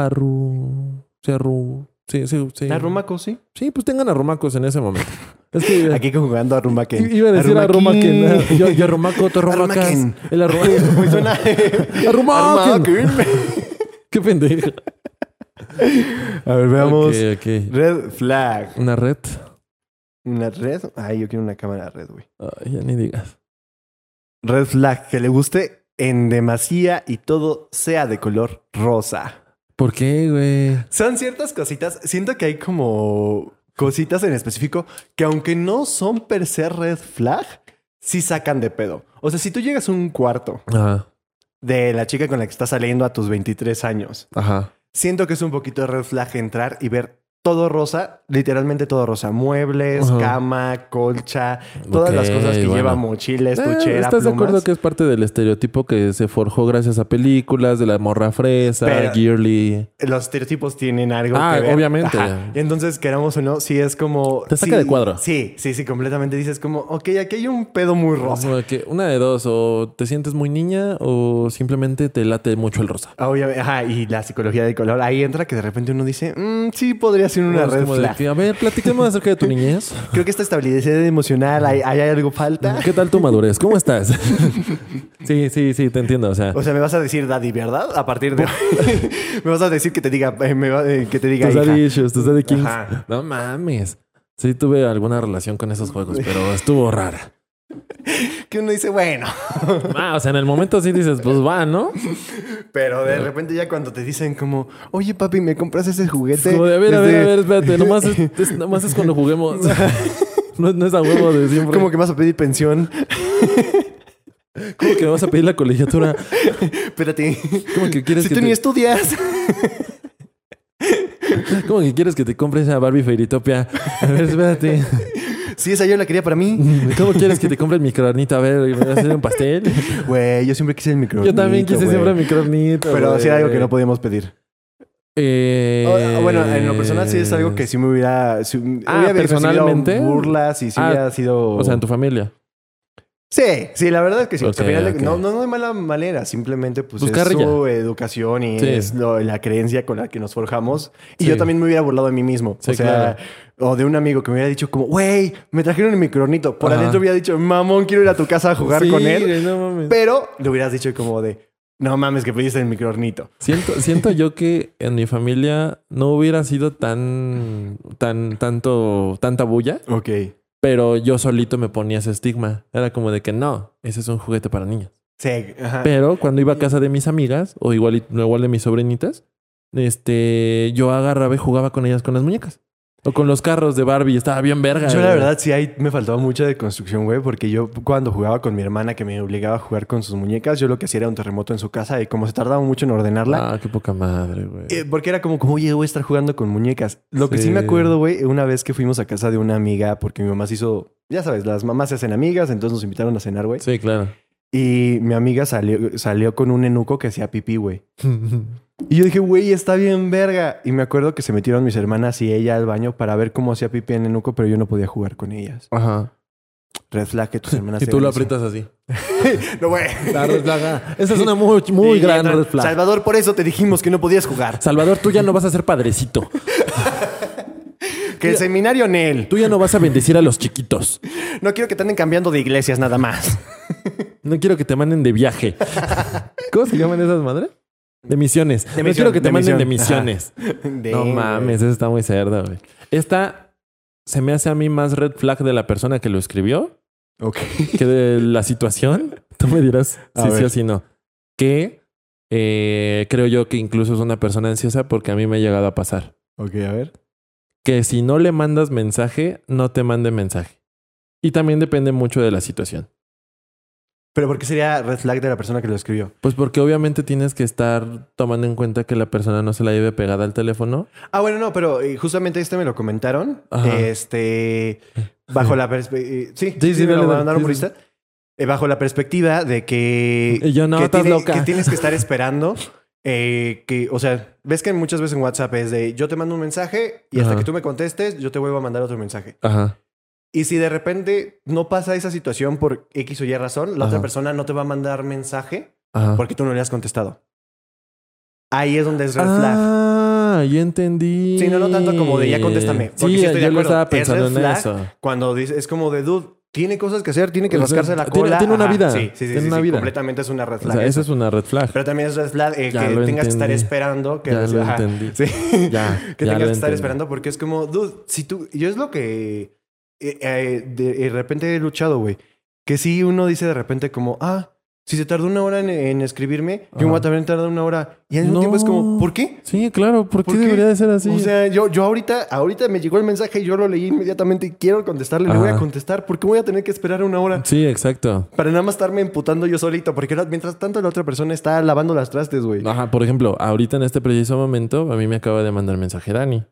Sí. Arrumaco, sí. Sí, pues tengan arrumacos en ese momento. Es que aquí jugando arrumaquen. Iba a decir arrumaquen. Yo arrumaco, tú arrumacas. El arrumaquen. Muy suena. Arrumaquen. Qué pendejo. A ver, veamos. Okay. Red flag. ¿Una red? ¿Una red? Ay, yo quiero una cámara red, güey. Ay, ya ni digas. Red flag, que le guste en demasía y todo sea de color rosa. ¿Por qué, güey? Son ciertas cositas. Siento que hay como cositas en específico que aunque no son per se red flag, sí sacan de pedo. O sea, si tú llegas a un cuarto de la chica con la que estás saliendo a tus 23 años, siento que es un poquito de red flag entrar y ver todo rosa, literalmente todo rosa. Muebles, cama, colcha, todas las cosas que lleva, mochila, estuchera, ¿estás plumas? de acuerdo que es parte del estereotipo que se forjó gracias a películas de la morra fresa, girly? Los estereotipos tienen algo que ver. Obviamente. Entonces, queramos o no, sí es como... Te saca de cuadro. Sí, completamente. Dices como, ok, aquí hay un pedo muy rosa. Como que una de dos, o te sientes muy niña o simplemente te late mucho el rosa. Obviamente, y la psicología del color. Ahí entra que de repente uno dice, sí, podría ser una red flag. A ver, platiquemos acerca de tu niñez. Creo que esta estabilidad emocional, ¿hay algo falta? ¿Qué tal tu madurez? ¿Cómo estás? Sí, te entiendo. O sea, me vas a decir daddy, ¿verdad? A partir de... me vas a decir que te diga... que te diga tus hija. Daddy issues, tus daddy kings. No mames. Sí tuve alguna relación con esos juegos, pero estuvo rara. Que uno dice, bueno. O sea, en el momento sí dices, pues va, ¿no? Pero de repente ya cuando te dicen como, oye papi, ¿me compras ese juguete? Como de, a ver, espérate. Nomás es cuando juguemos. No es a huevo de siempre. ¿Cómo que vas a pedir pensión? ¿Cómo que me vas a pedir la colegiatura? Espérate. ¿Cómo que quieres si tú ni estudias? ¿Cómo que quieres que te compres esa Barbie Fairytopia? A ver, espérate. Sí, esa yo la quería para mí. ¿Cómo quieres que te compre el microornito? A ver, ¿me vas a hacer un pastel? Güey, yo siempre quise el microornito. Yo también quise siempre el microornito. Pero sí era algo que no podíamos pedir. Bueno, en lo personal sí es algo que sí me hubiera... personalmente. Burlas y sí hubiera sido... O sea, en tu familia. Sí, la verdad es que sí. Okay, al final no de mala manera. Simplemente pues es su educación y es la creencia con la que nos forjamos. Y yo también me hubiera burlado de mí mismo. Sí, claro. O de un amigo que me hubiera dicho como, güey, me trajeron el microornito. Por adentro hubiera dicho, mamón, quiero ir a tu casa a jugar con él. No mames. Pero le hubieras dicho como de, no mames, que pediste el microornito. Siento yo que en mi familia no hubiera sido tanta bulla. Ok. Pero yo solito me ponía ese estigma. Era como de que no, ese es un juguete para niños. Sí, Pero cuando iba a casa de mis amigas, o igual de mis sobrinitas, yo agarraba y jugaba con ellas con las muñecas. O con los carros de Barbie. Estaba bien verga. Yo la verdad sí ahí me faltaba mucha de construcción, güey. Porque yo cuando jugaba con mi hermana que me obligaba a jugar con sus muñecas, yo lo que hacía era un terremoto en su casa. Y como se tardaba mucho en ordenarla... qué poca madre, güey. Porque era como, oye, voy a estar jugando con muñecas. Lo que sí me acuerdo, güey, una vez que fuimos a casa de una amiga, porque mi mamá se hizo... Ya sabes, las mamás se hacen amigas, entonces nos invitaron a cenar, güey. Sí, claro. Y mi amiga salió con un enuco que hacía pipí, güey. Y yo dije, güey, está bien verga. Y me acuerdo que se metieron mis hermanas y ella al baño para ver cómo hacía pipí en enuco, pero yo no podía jugar con ellas. Red flag que tus hermanas... Y tú lo aprietas así. No, güey. La red flag. Esa es una muy gran red flag. Salvador, por eso te dijimos que no podías jugar. Salvador, tú ya no vas a ser padrecito. Que el seminario Nel. Tú ya no vas a bendecir a los chiquitos. No quiero que te anden cambiando de iglesias nada más. No quiero que te manden de viaje. ¿Cómo se llaman esas madres? De misiones. No quiero que te manden de misiones. No mames, eso está muy cerdo, güey. Esta se me hace a mí más red flag de la persona que lo escribió. Ok. Que de la situación. Tú me dirás si sí o si no. Que creo yo que incluso es una persona ansiosa porque a mí me ha llegado a pasar. Ok, a ver. Que si no le mandas mensaje, no te mande mensaje. Y también depende mucho de la situación. ¿Pero por qué sería red flag de la persona que lo escribió? Pues porque obviamente tienes que estar tomando en cuenta que la persona no se la lleve pegada al teléfono. Bueno, no, pero justamente me lo comentaron. Ajá. Bajo la perspectiva... sí, me lo mandaron por Insta. Bajo la perspectiva de que... Yo no, estás loca. Que tienes que estar esperando... o sea, ves que muchas veces en WhatsApp es de yo te mando un mensaje y hasta que tú me contestes, yo te vuelvo a mandar otro mensaje. Ajá. Y si de repente no pasa esa situación por X o Y razón, la otra persona no te va a mandar mensaje porque tú no le has contestado. Ahí es donde es red flag. Ah, ya entendí. Sí, no tanto como de ya contéstame. Porque sí, estoy de acuerdo. Yo estaba pensando es red flag en eso. Cuando dice, es como de dude, tiene cosas que hacer, tiene que rascarse la cola. Tiene una vida. Sí, tiene una vida. Completamente es una red flag. O sea, eso es una red flag. Pero también es red flag que tengas que estar esperando. Que ya lo entendí. Sí. Que tengas que estar esperando porque es como, dude, si tú... Yo es lo que de repente he luchado, güey. Que si uno dice de repente como, si se tardó 1 hora en escribirme, yo me voy a también tardar 1 hora. Y al mismo tiempo es como, ¿por qué? Sí, claro. ¿Por qué debería de ser así? O sea, yo ahorita me llegó el mensaje y yo lo leí inmediatamente y quiero contestarle. Le voy a contestar. ¿Por qué voy a tener que esperar 1 hora? Sí, exacto. Para nada más estarme emputando yo solito. Porque mientras tanto la otra persona está lavando las trastes, güey. Ajá, por ejemplo, ahorita en este preciso momento, a mí me acaba de mandar mensaje Dani.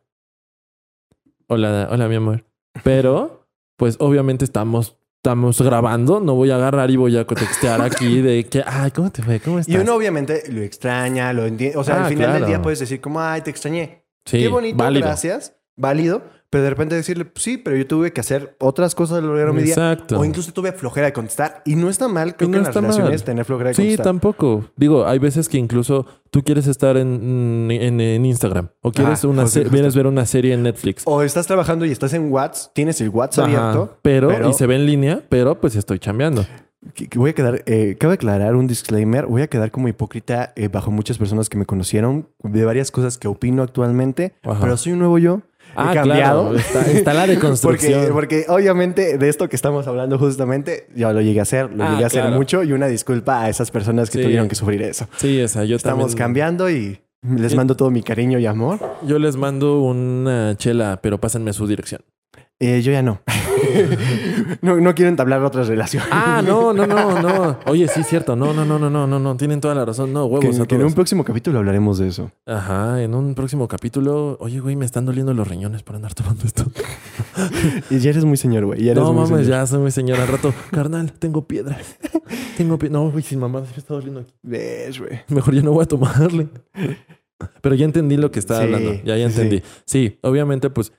Hola, mi amor. Pero, pues obviamente estamos grabando, no voy a agarrar y voy a textear aquí de que, ¿cómo te fue? ¿Cómo estás? Y uno obviamente lo extraña, lo entiende. O sea, al final del día puedes decir como, te extrañé. Sí, qué bonito, válido. Gracias. Válido. Pero de repente decirle, sí, pero yo tuve que hacer otras cosas a lo largo de mi día. Exacto. O incluso tuve flojera de contestar. Y no está mal, creo que en las relaciones tener flojera de contestar. Sí, tampoco. Digo, hay veces que incluso tú quieres estar en Instagram. O quieres vienes ver una serie en Netflix. O estás trabajando y estás en WhatsApp. Tienes el WhatsApp abierto. Pero, y se ve en línea, pero pues estoy chambeando. Voy a quedar... cabe aclarar un disclaimer. Voy a quedar como hipócrita bajo muchas personas que me conocieron. De varias cosas que opino actualmente. Pero soy un nuevo yo. He cambiado. Claro. Está la deconstrucción. porque obviamente de esto que estamos hablando justamente, yo lo llegué a hacer. Lo llegué a hacer mucho. Y una disculpa a esas personas que tuvieron que sufrir eso. Sí, yo Estamos cambiando y les mando todo mi cariño y amor. Yo les mando una chela, pero pásenme su dirección. Yo ya no. no quiero entablar otras relaciones. No. Oye, sí, cierto. No. Tienen toda la razón. No, huevos a todos. Que en un próximo capítulo hablaremos de eso. Ajá, en un próximo capítulo. Oye, güey, me están doliendo los riñones por andar tomando esto. Y ya eres muy señor, güey. No, mames, ya soy muy señor. Al rato, carnal, tengo piedras. No, güey, sin mamá, se me está doliendo aquí. ¿Ves, güey? Mejor ya no voy a tomarle. Pero ya entendí lo que estaba hablando. Ya entendí. Sí, obviamente, pues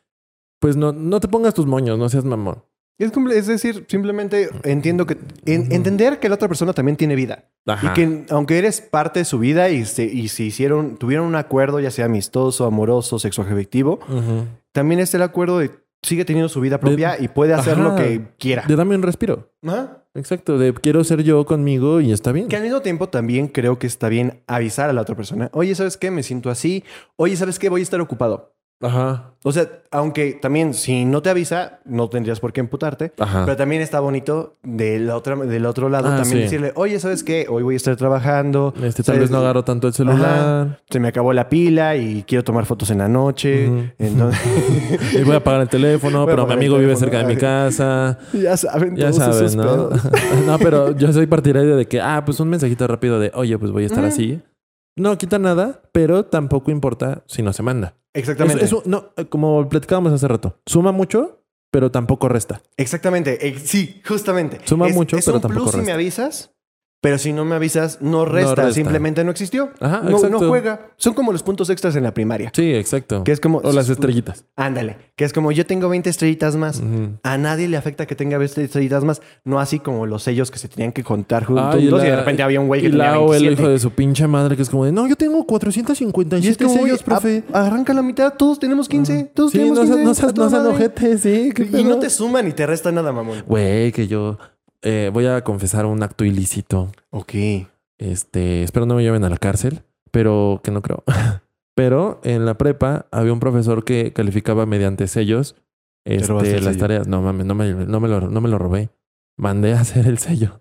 no te pongas tus moños, no seas mamón. Es decir, simplemente entiendo que... entender que la otra persona también tiene vida. Ajá. Y que aunque eres parte de su vida y si tuvieron un acuerdo, ya sea amistoso, amoroso, sexoafectivo, también está el acuerdo de sigue teniendo su vida propia y puede hacer lo que quiera. De dame un respiro. Ajá. Exacto, de quiero ser yo conmigo y está bien. Que al mismo tiempo también creo que está bien avisar a la otra persona. Oye, ¿sabes qué? Me siento así. Oye, ¿sabes qué? Voy a estar ocupado. Ajá. O sea, aunque también si no te avisa, no tendrías por qué emputarte. Ajá. Pero también está bonito del otro lado también decirle, oye, ¿sabes qué? Hoy voy a estar trabajando. Tal vez no agarro tanto el celular. Ajá. Se me acabó la pila y quiero tomar fotos en la noche. Entonces... y voy a apagar el teléfono, pero mi amigo vive cerca de mi casa. Ya saben, ¿no? No, pero yo soy partidario de que, pues un mensajito rápido de, oye, pues voy a estar así. No quita nada, pero tampoco importa si no se manda. Exactamente. Eso, no, como platicábamos hace rato. Suma mucho, pero tampoco resta. Exactamente. Sí, justamente. Suma mucho, pero tampoco resta. Si me avisas, pero si no me avisas, no resta. Simplemente no existió. Ajá, no juega. Son como los puntos extras en la primaria. Sí, exacto. Que es como... O las estrellitas. Ándale. Que es como yo tengo 20 estrellitas más. A nadie le afecta que tenga 20 estrellitas más. No así como los sellos que se tenían que contar juntos. Y de repente había un güey que tenía 27. El hijo de su pinche madre que es como de, no, yo tengo 457 sellos, profe. Arranca la mitad. Todos tenemos 15. Todos tenemos 15. No sean ojetes, sí. Y no te suman ni te resta nada, mamón. Güey, que yo... voy a confesar un acto ilícito. Ok. Espero no me lleven a la cárcel, pero que no creo. Pero en la prepa había un profesor que calificaba mediante sellos las tareas. No mames, no me lo robé. Mandé a hacer el sello.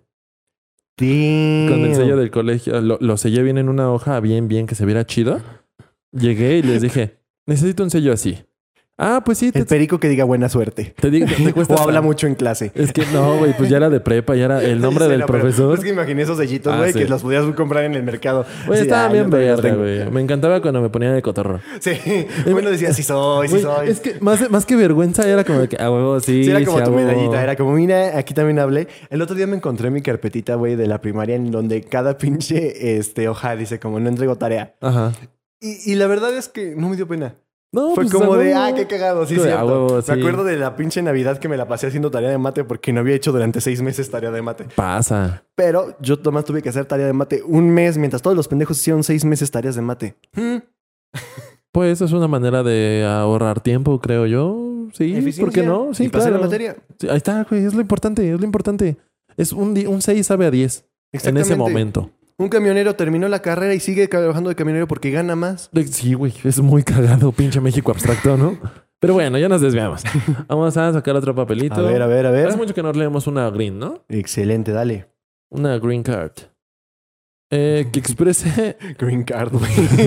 Damn. Con el sello del colegio. Lo sellé bien en una hoja, bien, que se viera chido. Llegué y les dije, necesito un sello así. Ah, pues sí. El perico que diga buena suerte. Te cuesta o habla mucho en clase. Es que no, güey, pues ya era de prepa, ya era el nombre del profesor. Es que imaginé esos sellitos, güey, que los podías comprar en el mercado. Güey, estaban bien verga, güey. Me encantaba cuando me ponían el cotorro. Sí. Bueno, decía, sí soy. Es que más que vergüenza era como de que, huevo, sí. Sí, era como tu medallita. Era como, mira, aquí también hablé. El otro día me encontré mi carpetita, güey, de la primaria en donde cada pinche hoja dice como, no entrego tarea. Ajá. Y la verdad es que no me dio pena. No, fue pues, como de, qué cagado, sí, cierto. Huevo, sí. Me acuerdo de la pinche Navidad que me la pasé haciendo tarea de mate porque no había hecho durante 6 meses tarea de mate. Pasa. Pero yo nomás tuve que hacer tarea de mate un mes, mientras todos los pendejos hicieron 6 meses tareas de mate. Pues es una manera de ahorrar tiempo, creo yo. Sí, ¿por qué no? Sí, y pasé la materia. Sí, ahí está, güey, es lo importante, es lo importante. Es un 6 sabe a 10 en ese momento. Un camionero terminó la carrera y sigue trabajando de camionero porque gana más. Sí, güey. Es muy cagado, pinche México abstracto, ¿no? Pero bueno, ya nos desviamos. Vamos a sacar otro papelito. A ver. Hace mucho que no leemos una green, ¿no? Excelente, dale. Una green card. Que exprese... Green card, güey.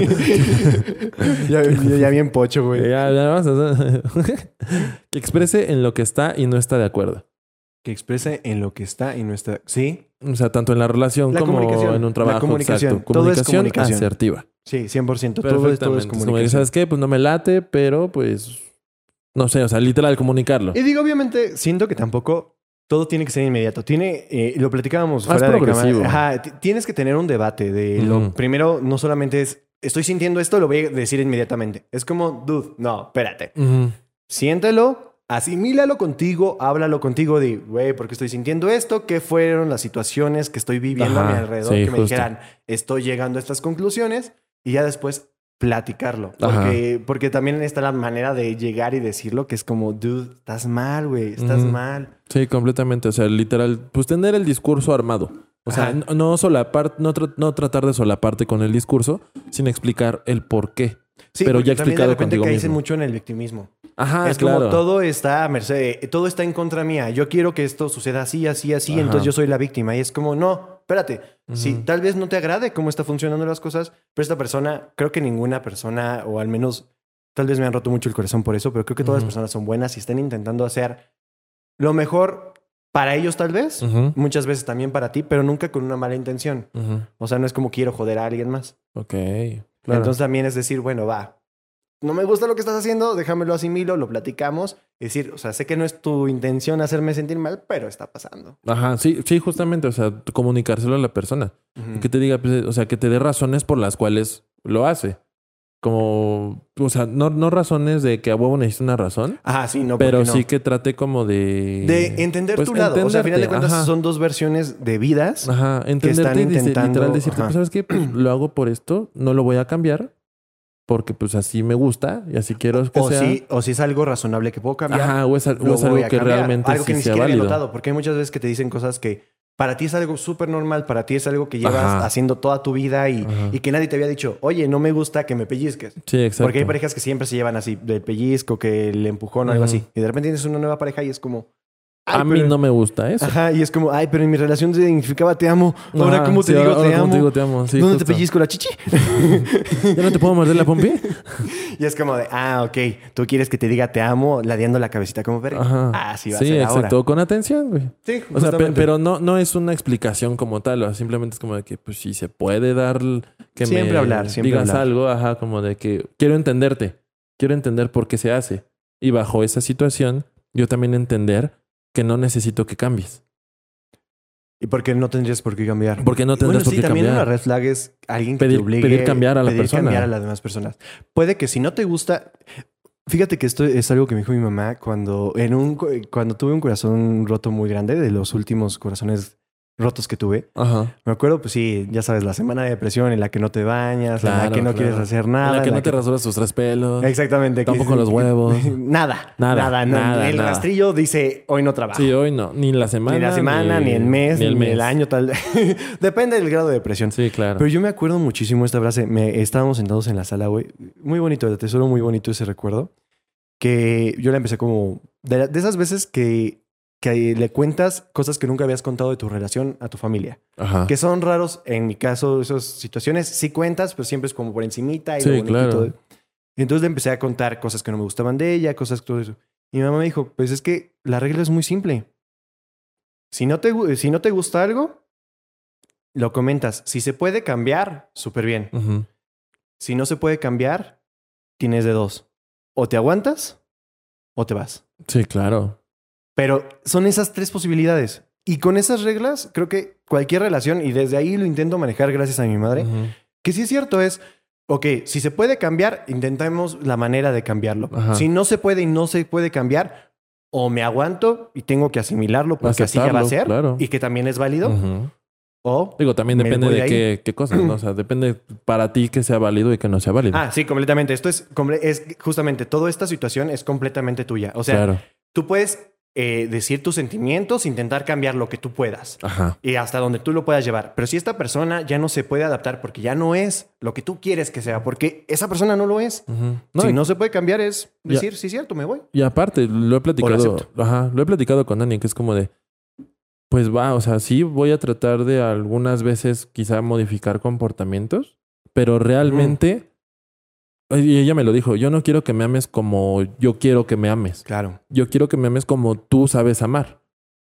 ya bien pocho, güey. Ya vamos a... Que exprese en lo que está y no está de acuerdo. Que exprese en lo que está y no está... ¿Sí? O sea, tanto en la relación como en un trabajo. La comunicación. Exacto. Todo es comunicación asertiva. Sí, 100%. Todo es comunicación. Como, ¿sabes qué? Pues no me late, pero pues... No sé, o sea, literal, comunicarlo. Y digo, obviamente, siento que tampoco todo tiene que ser inmediato. Lo platicábamos más fuera progresivo. de cámara. Ajá, tienes que tener un debate de lo primero, no solamente es, estoy sintiendo esto, lo voy a decir inmediatamente. Es como, dude, no, espérate. Siéntelo. Asimílalo contigo, háblalo contigo de, güey, ¿por qué estoy sintiendo esto? ¿Qué fueron las situaciones que estoy viviendo a mi alrededor? Que me dijeran, estoy llegando a estas conclusiones y ya después platicarlo. Porque también está la manera de llegar y decirlo que es como, dude, estás mal, güey, estás mal. Sí, completamente. O sea, literal, pues tener el discurso armado. O sea, no tratar de solaparte con el discurso sin explicar el por qué. Sí, pero ya explicado de repente contigo caes mismo. mucho en el victimismo. Ajá, es claro. como todo está a merced, todo está en contra mía. Yo quiero que esto suceda así, entonces yo soy la víctima. Y es como, no, espérate. Sí, tal vez no te agrade cómo está funcionando las cosas, pero esta persona, creo que ninguna persona, o al menos, tal vez me han roto mucho el corazón por eso, pero creo que todas las personas son buenas y están intentando hacer lo mejor para ellos tal vez, muchas veces también para ti, pero nunca con una mala intención. O sea, no es como quiero joder a alguien más. Ok. Claro. Entonces también es decir, bueno, va, no me gusta lo que estás haciendo, déjamelo asimilo, lo platicamos. Es decir, o sea, sé que no es tu intención hacerme sentir mal, pero está pasando. Ajá, sí, justamente, o sea, comunicárselo a la persona. Que te diga, pues, o sea, que te dé razones por las cuales lo hace. Como, o sea, no razones de que a huevo necesita una razón. Ajá, sí, no. Pero sí que trate como de entender tu lado. O sea, al final de cuentas son dos versiones de vidas. Ajá, entenderte y literal decirte, pues, ¿sabes qué? Pues, lo hago por esto, no lo voy a cambiar. Porque pues así me gusta y así quiero que sea. O si es algo razonable que puedo cambiar. Ajá, o es algo que realmente algo que sí ni sea siquiera válido. había notado. Porque hay muchas veces que te dicen cosas que para ti es algo súper normal, para ti es algo que llevas haciendo toda tu vida y que nadie te había dicho, oye, no me gusta que me pellizques. Sí, exacto. Porque hay parejas que siempre se llevan así, del pellizco, que el empujón o algo así. Y de repente tienes una nueva pareja y es como... A mí no me gusta eso. Ajá, y es como, ay, pero en mi relación significaba te amo. Ahora, ¿cómo te digo te amo? ¿Cómo te digo te amo? Sí, ¿Dónde te pellizco la chichi? ¿Ya no te puedo morder la pompi? Y es como de, ok, tú quieres que te diga te amo, ladeando la cabecita como verga. Ajá. Así va a ser ahora. Sí, exacto. Con atención, güey. Sí, o sea, pero no es una explicación como tal. O sea, simplemente es como de que, pues, si se puede dar que siempre me hablar, digas algo. Ajá, como de que quiero entenderte. Quiero entender por qué se hace. Y bajo esa situación, yo también entender que no necesito que cambies. ¿Y por qué no tendrías por qué cambiar? Porque no tendrías por qué cambiar. También una red flag es alguien que te obligue pedir cambiar a la persona. Cambiar a las demás personas. Puede que si no te gusta... Fíjate que esto es algo que me dijo mi mamá cuando tuve un corazón roto muy grande, de los últimos corazones rotos que tuve. Ajá. Me acuerdo, pues sí, ya sabes, la semana de depresión en la que no te bañas, en la que no quieres hacer nada. En la que no te rasuras tus 3 pelos. Exactamente. Tampoco los huevos. Nada. El rastrillo dice, hoy no trabajo. Sí, hoy no. Ni la semana. Ni la semana, ni el mes, ni el año. Tal. Depende del grado de depresión. Sí, claro. Pero yo me acuerdo muchísimo esta frase. Estábamos sentados en la sala, güey. Muy bonito, te tesoro muy bonito ese recuerdo. Que yo la empecé como... De esas veces que le cuentas cosas que nunca habías contado de tu relación a tu familia. Ajá. Que son raros. En mi caso, esas situaciones sí cuentas, pero siempre es como por encimita y sí, lo bonito claro. y todo. Y entonces le empecé a contar cosas que no me gustaban de ella, cosas, todo eso. Y mi mamá me dijo, pues es que la regla es muy simple. Si no te gusta algo, lo comentas. Si se puede cambiar, súper bien. Uh-huh. Si no se puede cambiar, tienes de dos. O te aguantas o te vas. Sí, claro. Pero son esas tres posibilidades. Y con esas reglas, creo que cualquier relación, y desde ahí lo intento manejar gracias a mi madre, Uh-huh. que sí es cierto es, ok, si se puede cambiar, intentemos la manera de cambiarlo. Ajá. Si no se puede y no se puede cambiar, o me aguanto y tengo que asimilarlo porque así ya va a ser, claro. Y que también es válido, Uh-huh. o... Digo, también me depende voy de ahí. qué cosas, ¿no? O sea, depende para ti que sea válido y que no sea válido. Ah, sí, completamente. Esto es justamente, toda esta situación es completamente tuya. O sea, claro. tú puedes decir tus sentimientos, intentar cambiar lo que tú puedas. Ajá. Y hasta donde tú lo puedas llevar. Pero si esta persona ya no se puede adaptar porque ya no es lo que tú quieres que sea, porque esa persona no lo es. Uh-huh. No, Si y, no se puede cambiar es decir, Ya. sí, cierto, me voy. y aparte, lo he platicado. acepto. Ajá. Lo he platicado con Dani, que es como de. Pues va, o sea, sí voy a tratar de algunas veces quizá modificar comportamientos, pero realmente. Y ella me lo dijo, yo no quiero que me ames como yo quiero que me ames. Claro. Yo quiero que me ames como tú sabes amar.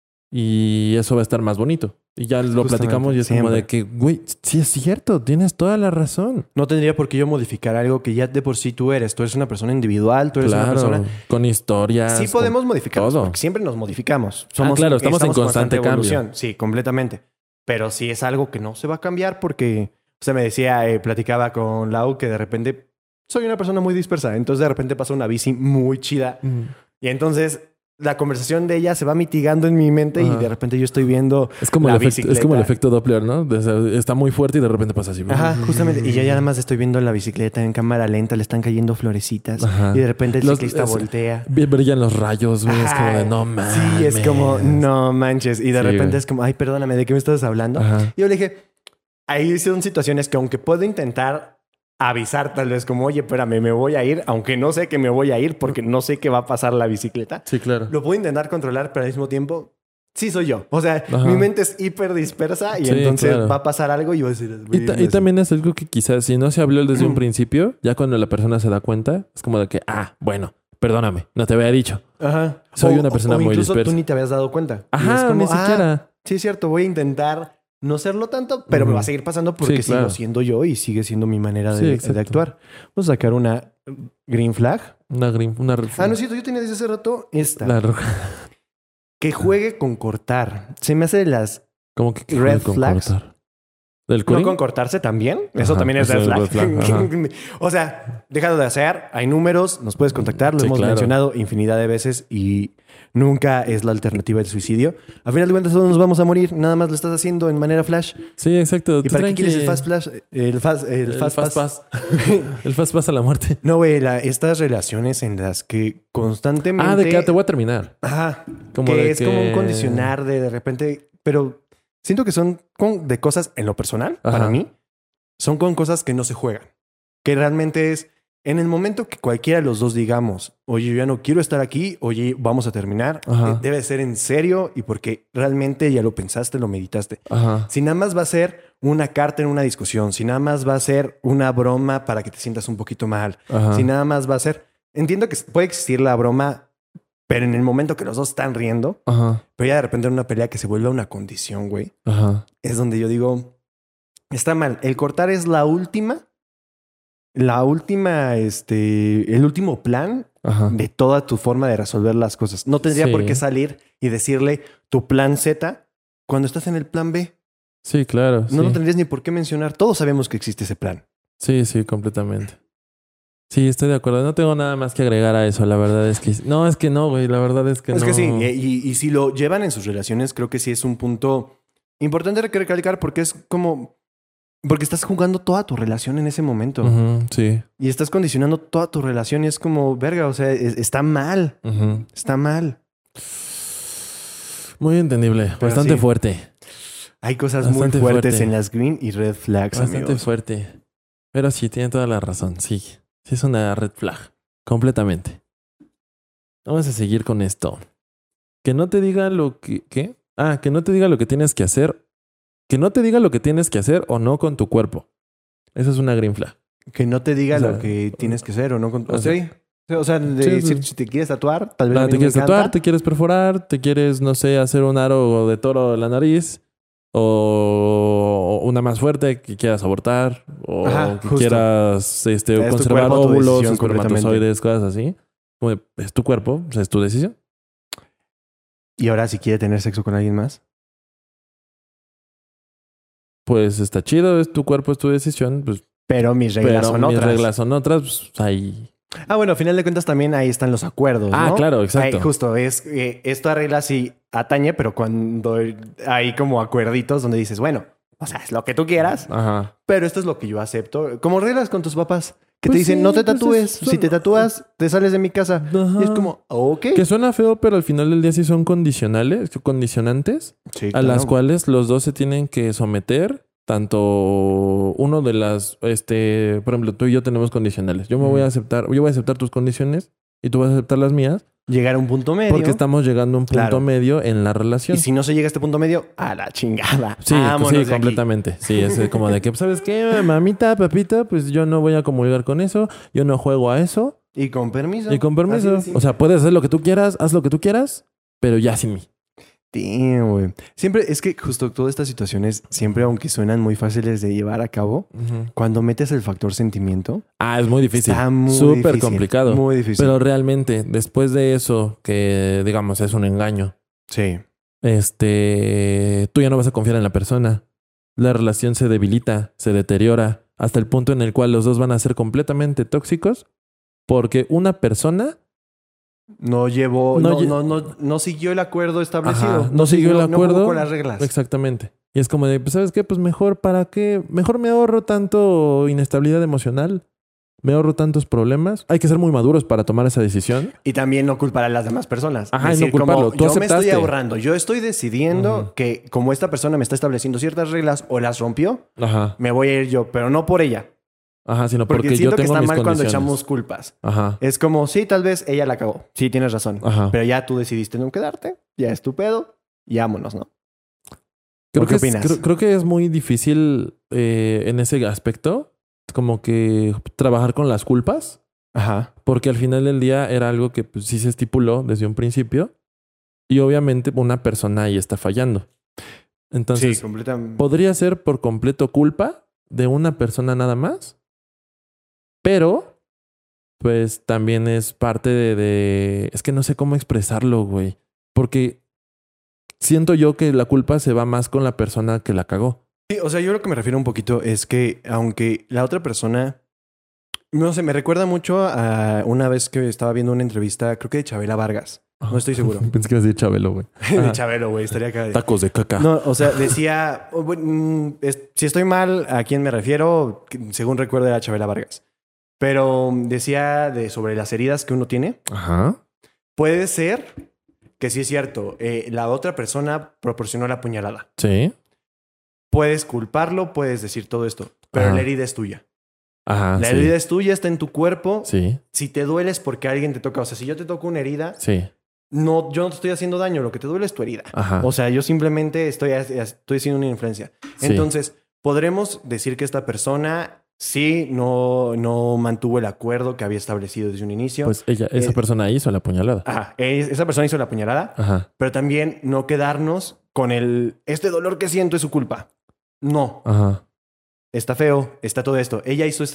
Y eso va a estar más bonito. Y ya lo Justamente, platicamos y es como siempre. de que, güey, sí es cierto, tienes toda la razón. No tendría por qué yo modificar algo que ya de por sí tú eres. Tú eres una persona individual, tú eres una persona... con historias. Sí podemos modificarnos, todo. porque siempre nos modificamos. Claro, estamos en constante evolución. Sí, completamente. Pero sí es algo que no se va a cambiar porque... O sea, me decía, platicaba con Lau que de repente soy una persona muy dispersa. Entonces de repente pasa una bici muy chida. Y entonces la conversación de ella se va mitigando en mi mente y de repente yo estoy viendo es como la el efecto, bicicleta. es como el efecto Doppler, ¿no? O sea, está muy fuerte y de repente pasa así. Ajá, justamente. Y yo ya nada más estoy viendo la bicicleta en cámara lenta, le están cayendo florecitas. Ajá. Y de repente el ciclista voltea. Brillan los rayos, güey. Es como de no mames. Sí, es como no manches. Y de repente güey. es como, ay, perdóname, ¿de qué me estás hablando? Ajá. Y yo le dije, ahí son situaciones que aunque puedo intentar avisar tal vez como, oye, espérame, me voy a ir, aunque no sé que me voy a ir porque no sé qué va a pasar la bicicleta. Sí, claro. Lo puedo intentar controlar, pero al mismo tiempo, sí soy yo. O sea, Ajá. mi mente es hiper dispersa y Sí, entonces claro. va a pasar algo y voy a decir... Y también es algo que quizás si no se habló desde un principio, ya cuando la persona se da cuenta, es como de que, bueno, perdóname, no te había dicho. Ajá. Soy una persona muy incluso dispersa. tú ni te habías dado cuenta. Y Ajá, es como, ni siquiera. Sí, es cierto, voy a intentar no serlo tanto, pero me va a seguir pasando porque Sí, claro. sigo siendo yo y sigue siendo mi manera Sí, de exacto. actuar. Vamos a sacar una green flag. Una Ah, no es cierto, yo tenía desde hace rato esta. La roja. Que juegue con cortar. Se me hace de las... Como que Red con flags. cortar. ¿Del ¿No Corín? con cortarse también? Eso Ajá, también es eso red es flag. red flag, ajá. O sea, déjalo de hacer. Hay números, nos puedes contactar. Lo Sí, hemos claro. mencionado infinidad de veces y nunca es la alternativa del suicidio. Al final de cuentas todos nos vamos a morir. Nada más lo estás haciendo en manera flash. Sí, exacto. ¿Y Tú para qué tranqui. quieres el fast flash? El fast pass. pass. El fast pass a la muerte. No, güey, estas relaciones en las que constantemente... De que te voy a terminar. Ajá. Como que de es como un condicionar de repente... Pero siento que son de cosas en lo personal, Ajá. para mí, son con cosas que no se juegan. Que realmente es en el momento que cualquiera de los dos digamos, oye, yo ya no quiero estar aquí, oye, vamos a terminar, Ajá. debe ser en serio y porque realmente ya lo pensaste, lo meditaste. Ajá. Si nada más va a ser una carta en una discusión, si nada más va a ser una broma para que te sientas un poquito mal, Ajá. si nada más va a ser... Entiendo que puede existir la broma, pero en el momento que los dos están riendo, Ajá. pero ya de repente en una pelea que se vuelve una condición, güey, Ajá. es donde yo digo, está mal. El cortar es el último plan Ajá. de toda tu forma de resolver las cosas. No tendría Sí. por qué salir y decirle tu plan Z cuando estás en el plan B. Sí, claro. No sí. lo tendrías ni por qué mencionar. Todos sabemos que existe ese plan. Sí, completamente. Sí, estoy de acuerdo. No tengo nada más que agregar a eso. La verdad es que... No, es que no, güey. La verdad es que no. Es que sí. Y si lo llevan en sus relaciones, creo que sí es un punto importante que recalcar porque es como... Porque estás jugando toda tu relación en ese momento. Ujú, sí. Y estás condicionando toda tu relación y es como, verga, o sea, está mal. Ujú. Está mal. Muy entendible. Pero Bastante sí. fuerte. Hay cosas Bastante muy fuertes fuerte. en las green y red flags, Bastante amigos. fuerte. Pero sí, tiene toda la razón. Sí. Sí es una red flag. Completamente. Vamos a seguir con esto. Que no te diga lo que... ¿Qué? Que no te diga lo que tienes que hacer. Que no te diga lo que tienes que hacer o no con tu cuerpo. Eso es una green flag. Que no te diga O sea, lo que tienes que hacer o no. o sea, De sí, decir, sí. si te quieres tatuar, tal vez a mí Te no me quieres tatuar, encanta. te quieres perforar, te quieres, no sé, hacer un aro de toro en la nariz. O una más fuerte que quieras abortar. O Ajá, que justo. quieras Es tu conservar cuerpo, tu óvulos, decisión completamente. espermatozoides, cosas así. Como es tu cuerpo, o sea, es tu decisión. Y ahora, si quiere tener sexo con alguien más. Pues está chido, es tu cuerpo, es tu decisión. Pues, Pero mis reglas pero son mis otras. reglas son otras, pues ahí. Ah, bueno, a final de cuentas también ahí están los acuerdos, ¿no? Claro, exacto. Ahí, justo, esta regla sí atañe, pero cuando hay como acuerditos donde dices, bueno, o sea, es lo que tú quieras, Ajá. pero esto es lo que yo acepto. Como reglas con tus papás, que Pues te dicen, sí, no te pues tatúes. son- Si te tatúas, te sales de mi casa. Ajá. Y es como, ok. Que suena feo, pero al final del día sí son condicionantes Sí, a claro. las cuales los dos se tienen que someter. Tanto uno de las, por ejemplo, tú y yo tenemos condicionales. Yo voy a aceptar tus condiciones y tú vas a aceptar las mías Llegar a un punto medio. porque estamos llegando a un punto Claro. medio en la relación. Y si no se llega a este punto medio, a la chingada. Sí, Vámonos sí, de aquí. completamente. Sí, es como de que, ¿sabes qué, mamita, papita? Pues yo no voy a comulgar con eso, yo no juego a eso. Y con permiso. Y con permiso. Así de simple. O sea, puedes hacer lo que tú quieras, haz lo que tú quieras, pero ya sin mí. Damn, güey. Siempre, es que justo todas estas situaciones, siempre aunque suenan muy fáciles de llevar a cabo, cuando metes el factor sentimiento, Es muy difícil. está muy Súper difícil, complicado. Muy difícil. Pero realmente, después de eso, que digamos es un engaño, sí. tú ya no vas a confiar en la persona. La relación se debilita, se deteriora, hasta el punto en el cual los dos van a ser completamente tóxicos porque una persona No llevó, No no siguió el acuerdo establecido. Ajá, no siguió el No acuerdo. jugó con las reglas. Exactamente. Y es como de, pues, ¿sabes qué? Pues mejor, ¿para qué? Mejor me ahorro tanto inestabilidad emocional. Me ahorro tantos problemas. Hay que ser muy maduros para tomar esa decisión. Y también no culpar a las demás personas. Ajá, y Decir, no culparlo. como, Tú yo me estoy aceptaste. ahorrando. Yo estoy decidiendo Ujú. que como esta persona me está estableciendo ciertas reglas o las rompió, Ajá. me voy a ir yo, pero no por ella. Ajá, sino Porque porque yo siento que tengo está mis mal cuando condiciones. echamos culpas. Ajá. Es como, sí, tal vez ella la cagó. Sí, tienes razón. Ajá. Pero ya tú decidiste no quedarte. Ya es tu pedo. Y vámonos, ¿no? Creo ¿Qué que opinas? creo que es muy difícil en ese aspecto. Como que trabajar con las culpas. Ajá. Porque al final del día era algo que pues, sí se estipuló desde un principio. Y obviamente una persona ahí está fallando. Entonces, Sí, completamente. podría ser por completo culpa de una persona nada más. Pero, pues también es parte Es que no sé cómo expresarlo, güey. Porque siento yo que la culpa se va más con la persona que la cagó. Sí, o sea, yo lo que me refiero un poquito es que aunque la otra persona... No sé, me recuerda mucho a una vez que estaba viendo una entrevista, creo que de Chabela Vargas. No estoy seguro. Pensé que ibas a decir Chabelo, güey. De Chabelo, güey. Estaría acá. Tacos de caca. No, o sea, decía... si estoy mal, ¿a quién me refiero? Según recuerdo era Chabela Vargas. Pero decía sobre las heridas que uno tiene. Ajá. Puede ser que sí es cierto. La otra persona proporcionó la puñalada. Sí. Puedes culparlo, puedes decir todo esto. Pero Ajá. la herida es tuya. Ajá. La herida es tuya, está en tu cuerpo. Sí. Si te duele es porque alguien te toca. O sea, si yo te toco una herida, Sí. no, yo no te estoy haciendo daño. Lo que te duele es tu herida. Ajá. O sea, yo simplemente estoy haciendo una influencia. Sí. Entonces, podremos decir que esta persona sí no mantuvo el acuerdo que había establecido desde un inicio. Pues esa persona hizo la puñalada. Ajá, esa persona hizo la puñalada, Ajá. pero también no quedarnos con este dolor que siento es su culpa. No. Ajá. Está feo, está todo esto. Ella hizo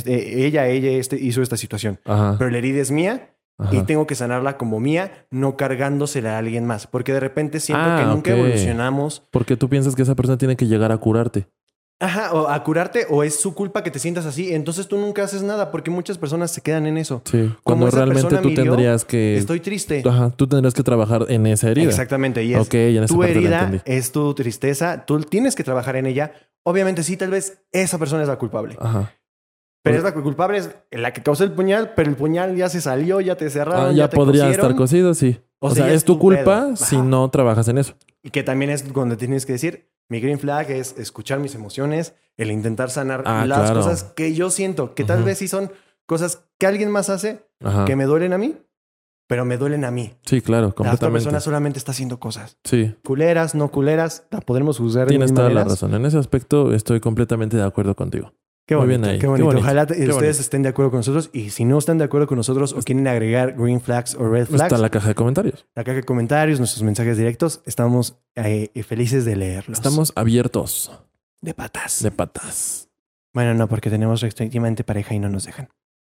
hizo esta situación. Ajá. Pero la herida es mía Ajá. y tengo que sanarla como mía, no cargándosela a alguien más. Porque de repente siento que nunca ok. evolucionamos. Porque tú piensas que esa persona tiene que llegar a curarte. Ajá, o a curarte, o es su culpa que te sientas así. Entonces tú nunca haces nada porque muchas personas se quedan en eso. Sí. Como Cuando esa realmente persona tú me hirió, tendrías que... Estoy triste. Ajá. Tú tendrías que trabajar en esa herida. Exactamente. Y es Ok, en esa tu parte la herida, entendí. es tu tristeza. Tú tienes que trabajar en ella. Obviamente sí, tal vez esa persona es la culpable. Ajá. Pero es la culpable es la que causó el puñal, pero el puñal ya se salió, ya te cerraron, Ya te podría cosieron. estar cosido, sí. O O sea, sea, ya es es tu tu culpa pedo. si Ajá. no trabajas en eso. Y que también es donde tienes que decir, mi green flag es escuchar mis emociones, el intentar sanar las claro. cosas que yo siento, que tal Ujú. vez sí son cosas que alguien más hace, Ajá. que me duelen a mí, pero me duelen a mí. Sí, claro, La otra completamente. persona solamente está haciendo cosas. Sí. Culeras, no culeras, la podremos juzgar de Tienes mil toda la maneras. razón. En ese aspecto estoy completamente de acuerdo contigo. Qué bonito, Muy bien ahí. qué bonito. Ojalá ustedes bonito. estén de acuerdo con nosotros. Y si no están de acuerdo con nosotros o quieren agregar green flags o red flags, Está la caja de comentarios. la caja de comentarios, nuestros mensajes directos, estamos felices de leerlos. Estamos abiertos. De patas. De patas. Bueno, no, porque tenemos restrictivamente pareja y no nos dejan.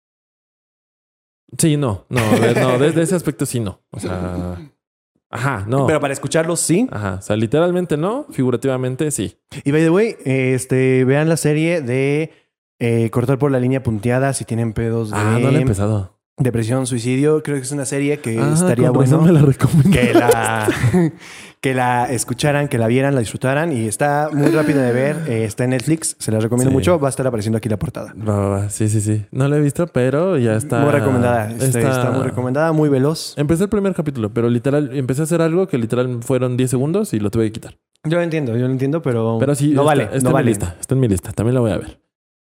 Sí, no. Desde ese aspecto sí no. O sea... Ajá, no. Pero para escucharlos, sí. Ajá. O sea, literalmente no. Figurativamente sí. Y by the way, vean la serie de Cortar por la línea punteada si tienen pedos de No la he empezado. depresión, suicidio. Creo que es una serie que estaría con razón bueno me la recomiendo. que la escucharan, que la vieran, la disfrutaran. Y está muy rápida de ver. Está en Netflix. Se la recomiendo Sí. mucho. Va a estar apareciendo aquí la portada. Va. Sí. No la he visto, pero ya está... Muy recomendada. Está muy recomendada, muy veloz. Empecé el primer capítulo, pero literal... Empecé a hacer algo que literal fueron 10 segundos y lo tuve que quitar. Yo lo entiendo, pero sí, no vale. Está en mi lista. Está en mi lista. También la voy a ver.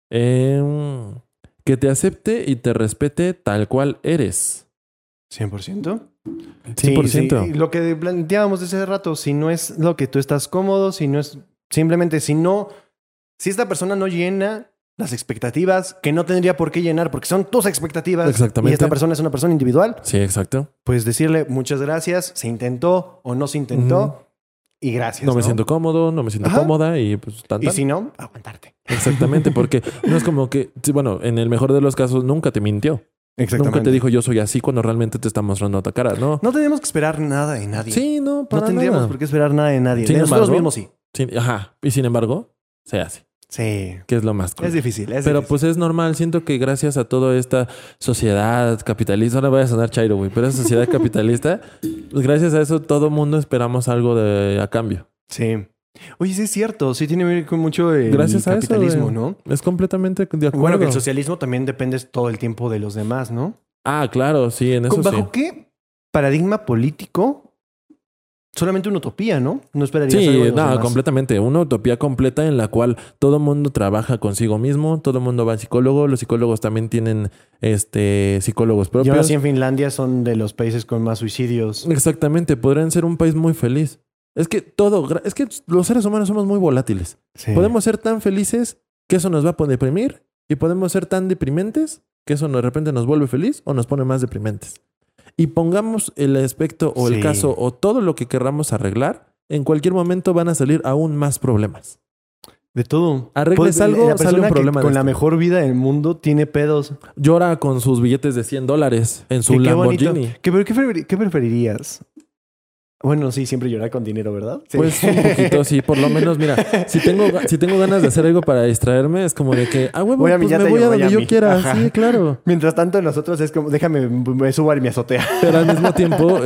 Que te acepte y te respete tal cual eres. 100%. 100%. Sí. Lo que planteábamos desde hace rato, si no es lo que tú estás cómodo, si no es simplemente, si esta persona no llena las expectativas que no tendría por qué llenar, porque son tus expectativas. Exactamente. Y esta persona es una persona individual. Sí, exacto. Pues decirle muchas gracias, se intentó o no se intentó. Y gracias. No me siento cómodo, no me siento cómoda y pues Y si no, aguantarte. Exactamente, porque no es como que, bueno, en el mejor de los casos nunca te mintió. Exactamente. Nunca te dijo yo soy así cuando realmente te está mostrando otra cara, ¿no? No tenemos que esperar nada de nadie. Sí, no, para No tendríamos nada. por qué esperar nada de nadie. Sin De nosotros embargo, mismos sí. Sí, ajá. Y sin embargo, se hace. Sí. Que es lo más cool. Es difícil. Pero pues es normal. Siento que gracias a toda esta sociedad capitalista, ahora voy a sonar chairo, güey, pero esa sociedad capitalista, pues gracias a eso todo mundo esperamos algo a cambio. Sí. Oye, sí es cierto. Sí tiene que ver con mucho el Gracias a capitalismo, eso, ¿no? Es completamente de acuerdo. Bueno, que el socialismo también depende todo el tiempo de los demás, ¿no? Claro, sí, en eso ¿Bajo sí. qué paradigma político? Solamente una utopía, ¿no? No esperarías algo Sí, de los demás. completamente. Una utopía completa en la cual todo mundo trabaja consigo mismo, todo mundo va al psicólogo, los psicólogos también tienen psicólogos Y propios. ahora sí en Finlandia son de los países con más suicidios. Exactamente, podrían ser un país muy feliz. Es que los seres humanos somos muy volátiles. Sí. Podemos ser tan felices que eso nos va a deprimir y podemos ser tan deprimentes que eso de repente nos vuelve feliz o nos pone más deprimentes. Y pongamos el aspecto o el caso o todo lo que querramos arreglar, en cualquier momento van a salir aún más problemas. De todo. Arregles algo, la sale persona un problema. que con la mejor vida del mundo tiene pedos. Llora con sus billetes de $100 en su Qué Lamborghini. bonito. ¿Qué preferirías? Bueno, sí, siempre llorar con dinero, ¿verdad? Sí. Pues un poquito, sí. Por lo menos, mira, si tengo ganas de hacer algo para distraerme, es como de que, huevo, Voy a mi pues yate me voy y a voy donde a yo mi. quiera. Ajá. Sí, claro. Mientras tanto, nosotros es como, déjame, me subo a mi azotea. Pero al mismo tiempo,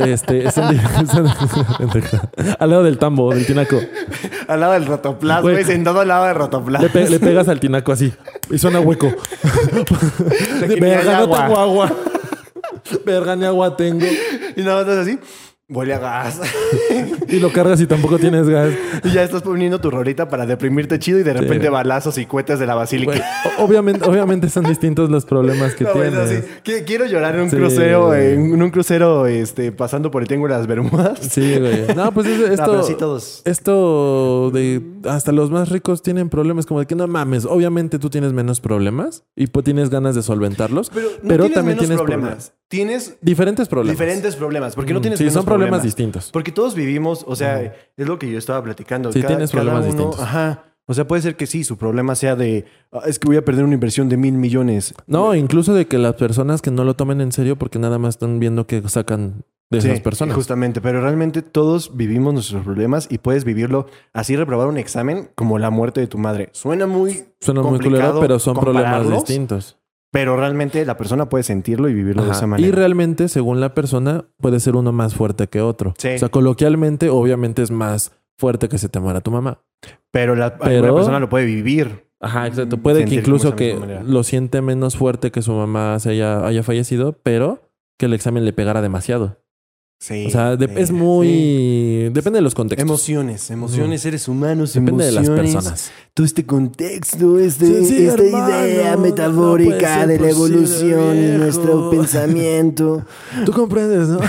al lado del tambo, del tinaco. Al lado del rotoplas, Güey. güey, sentado al lado del rotoplas. Le pegas al tinaco así y suena hueco. Verga, no tengo agua. Verga, ni agua tengo. Y nada más estás así, huele a gas. Y lo cargas y tampoco tienes gas. Y ya estás poniendo tu rolita para deprimirte chido y de repente balazos y cohetes de la basílica. Güey, obviamente son distintos los problemas que No, güey, tienes. es así. Quiero llorar en un Sí, crucero, güey. en un crucero pasando por el Triángulo de las Bermudas. Sí, güey. No, pues esto... No, pero sí todos. Esto de... Hasta los más ricos tienen problemas como de que no mames. Obviamente tú tienes menos problemas y pues tienes ganas de solventarlos. Pero no pero tienes también menos tienes problemas. Tienes diferentes problemas. diferentes problemas. Porque no tienes Sí, menos son problemas distintos. Porque todos vivimos, o sea, es lo que yo estaba platicando. Sí, tienes problemas distintos. Ajá. O sea, puede ser que sí, su problema sea de, es que voy a perder una inversión de 1,000 millones. No, incluso de que las personas que no lo tomen en serio porque nada más están viendo que sacan de esas personas. Justamente, pero realmente todos vivimos nuestros problemas y puedes vivirlo así, reprobar un examen como la muerte de tu madre. Suena muy culero, pero son problemas compararlos, distintos. Pero realmente la persona puede sentirlo y vivirlo de Ajá. esa manera. Y realmente, según la persona, puede ser uno más fuerte que otro. Sí. O sea, coloquialmente, obviamente es más fuerte que se te muera tu mamá. Pero alguna persona lo puede vivir. Ajá, exacto. Puede que Sentir incluso como esa que misma manera. lo siente menos fuerte que su mamá haya fallecido, pero que el examen le pegara demasiado. Sí. O sea, es muy... sí. Depende de los contextos. Emociones, seres humanos, Depende de las emociones. personas. Todo este contexto, Sí, esta hermano, idea no metafórica puede ser de la posible, evolución y viejo. nuestro pensamiento. Tú comprendes, ¿no?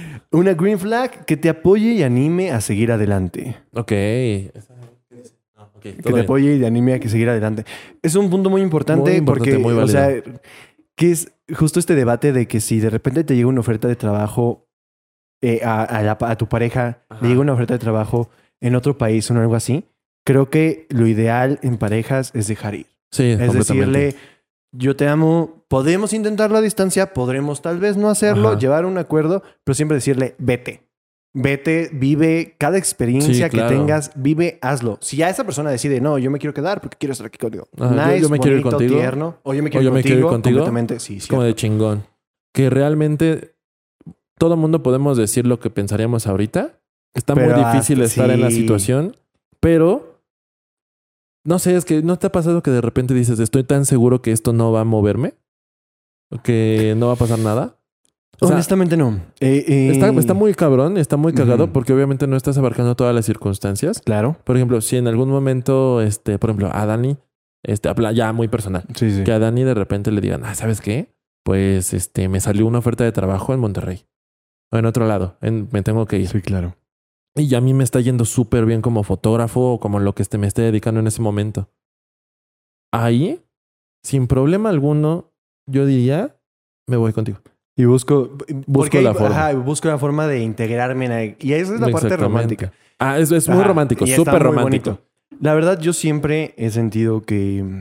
Una green flag que te apoye y anime a seguir adelante. Ok. Okay, que te apoye y te anime a que seguir adelante. Es un punto muy importante, porque, muy válido. O sea, que es justo este debate de que si de repente te llega una oferta de trabajo a tu pareja, le llega una oferta de trabajo en otro país o algo así, creo que lo ideal en parejas es dejar ir. Sí, es decirle, yo te amo, podemos intentarlo a distancia, podremos tal vez no hacerlo, llevar un acuerdo, pero siempre decirle, vete. Vete, vive cada experiencia que tengas, vive, hazlo. Si ya esa persona decide, no, yo me quiero quedar porque quiero estar aquí contigo. Nice, yo me quiero ir contigo. Tierno, o yo me quiero ir contigo. Completamente, sí, es como de chingón. Que realmente todo el mundo podemos decir lo que pensaríamos ahorita. Está muy difícil estar en la situación, pero no sé, es que ¿no te ha pasado que de repente dices, estoy tan seguro que esto no va a moverme? ¿O que no va a pasar nada? O sea, honestamente no. Está muy cabrón, está muy cagado porque obviamente no estás abarcando todas las circunstancias. Claro. Por ejemplo, si en algún momento, por ejemplo, a Dani, ya muy personal, que a Dani de repente le digan, ¿sabes qué? Pues me salió una oferta de trabajo en Monterrey o en otro lado, me tengo que ir. Sí, claro. Y a mí me está yendo súper bien como fotógrafo o como lo que me esté dedicando en ese momento. Ahí, sin problema alguno, yo diría, me voy contigo. Y busco la forma. Busco la forma de integrarme y esa es la parte romántica. Es muy romántico, súper romántico. Bonito. La verdad, yo siempre he sentido que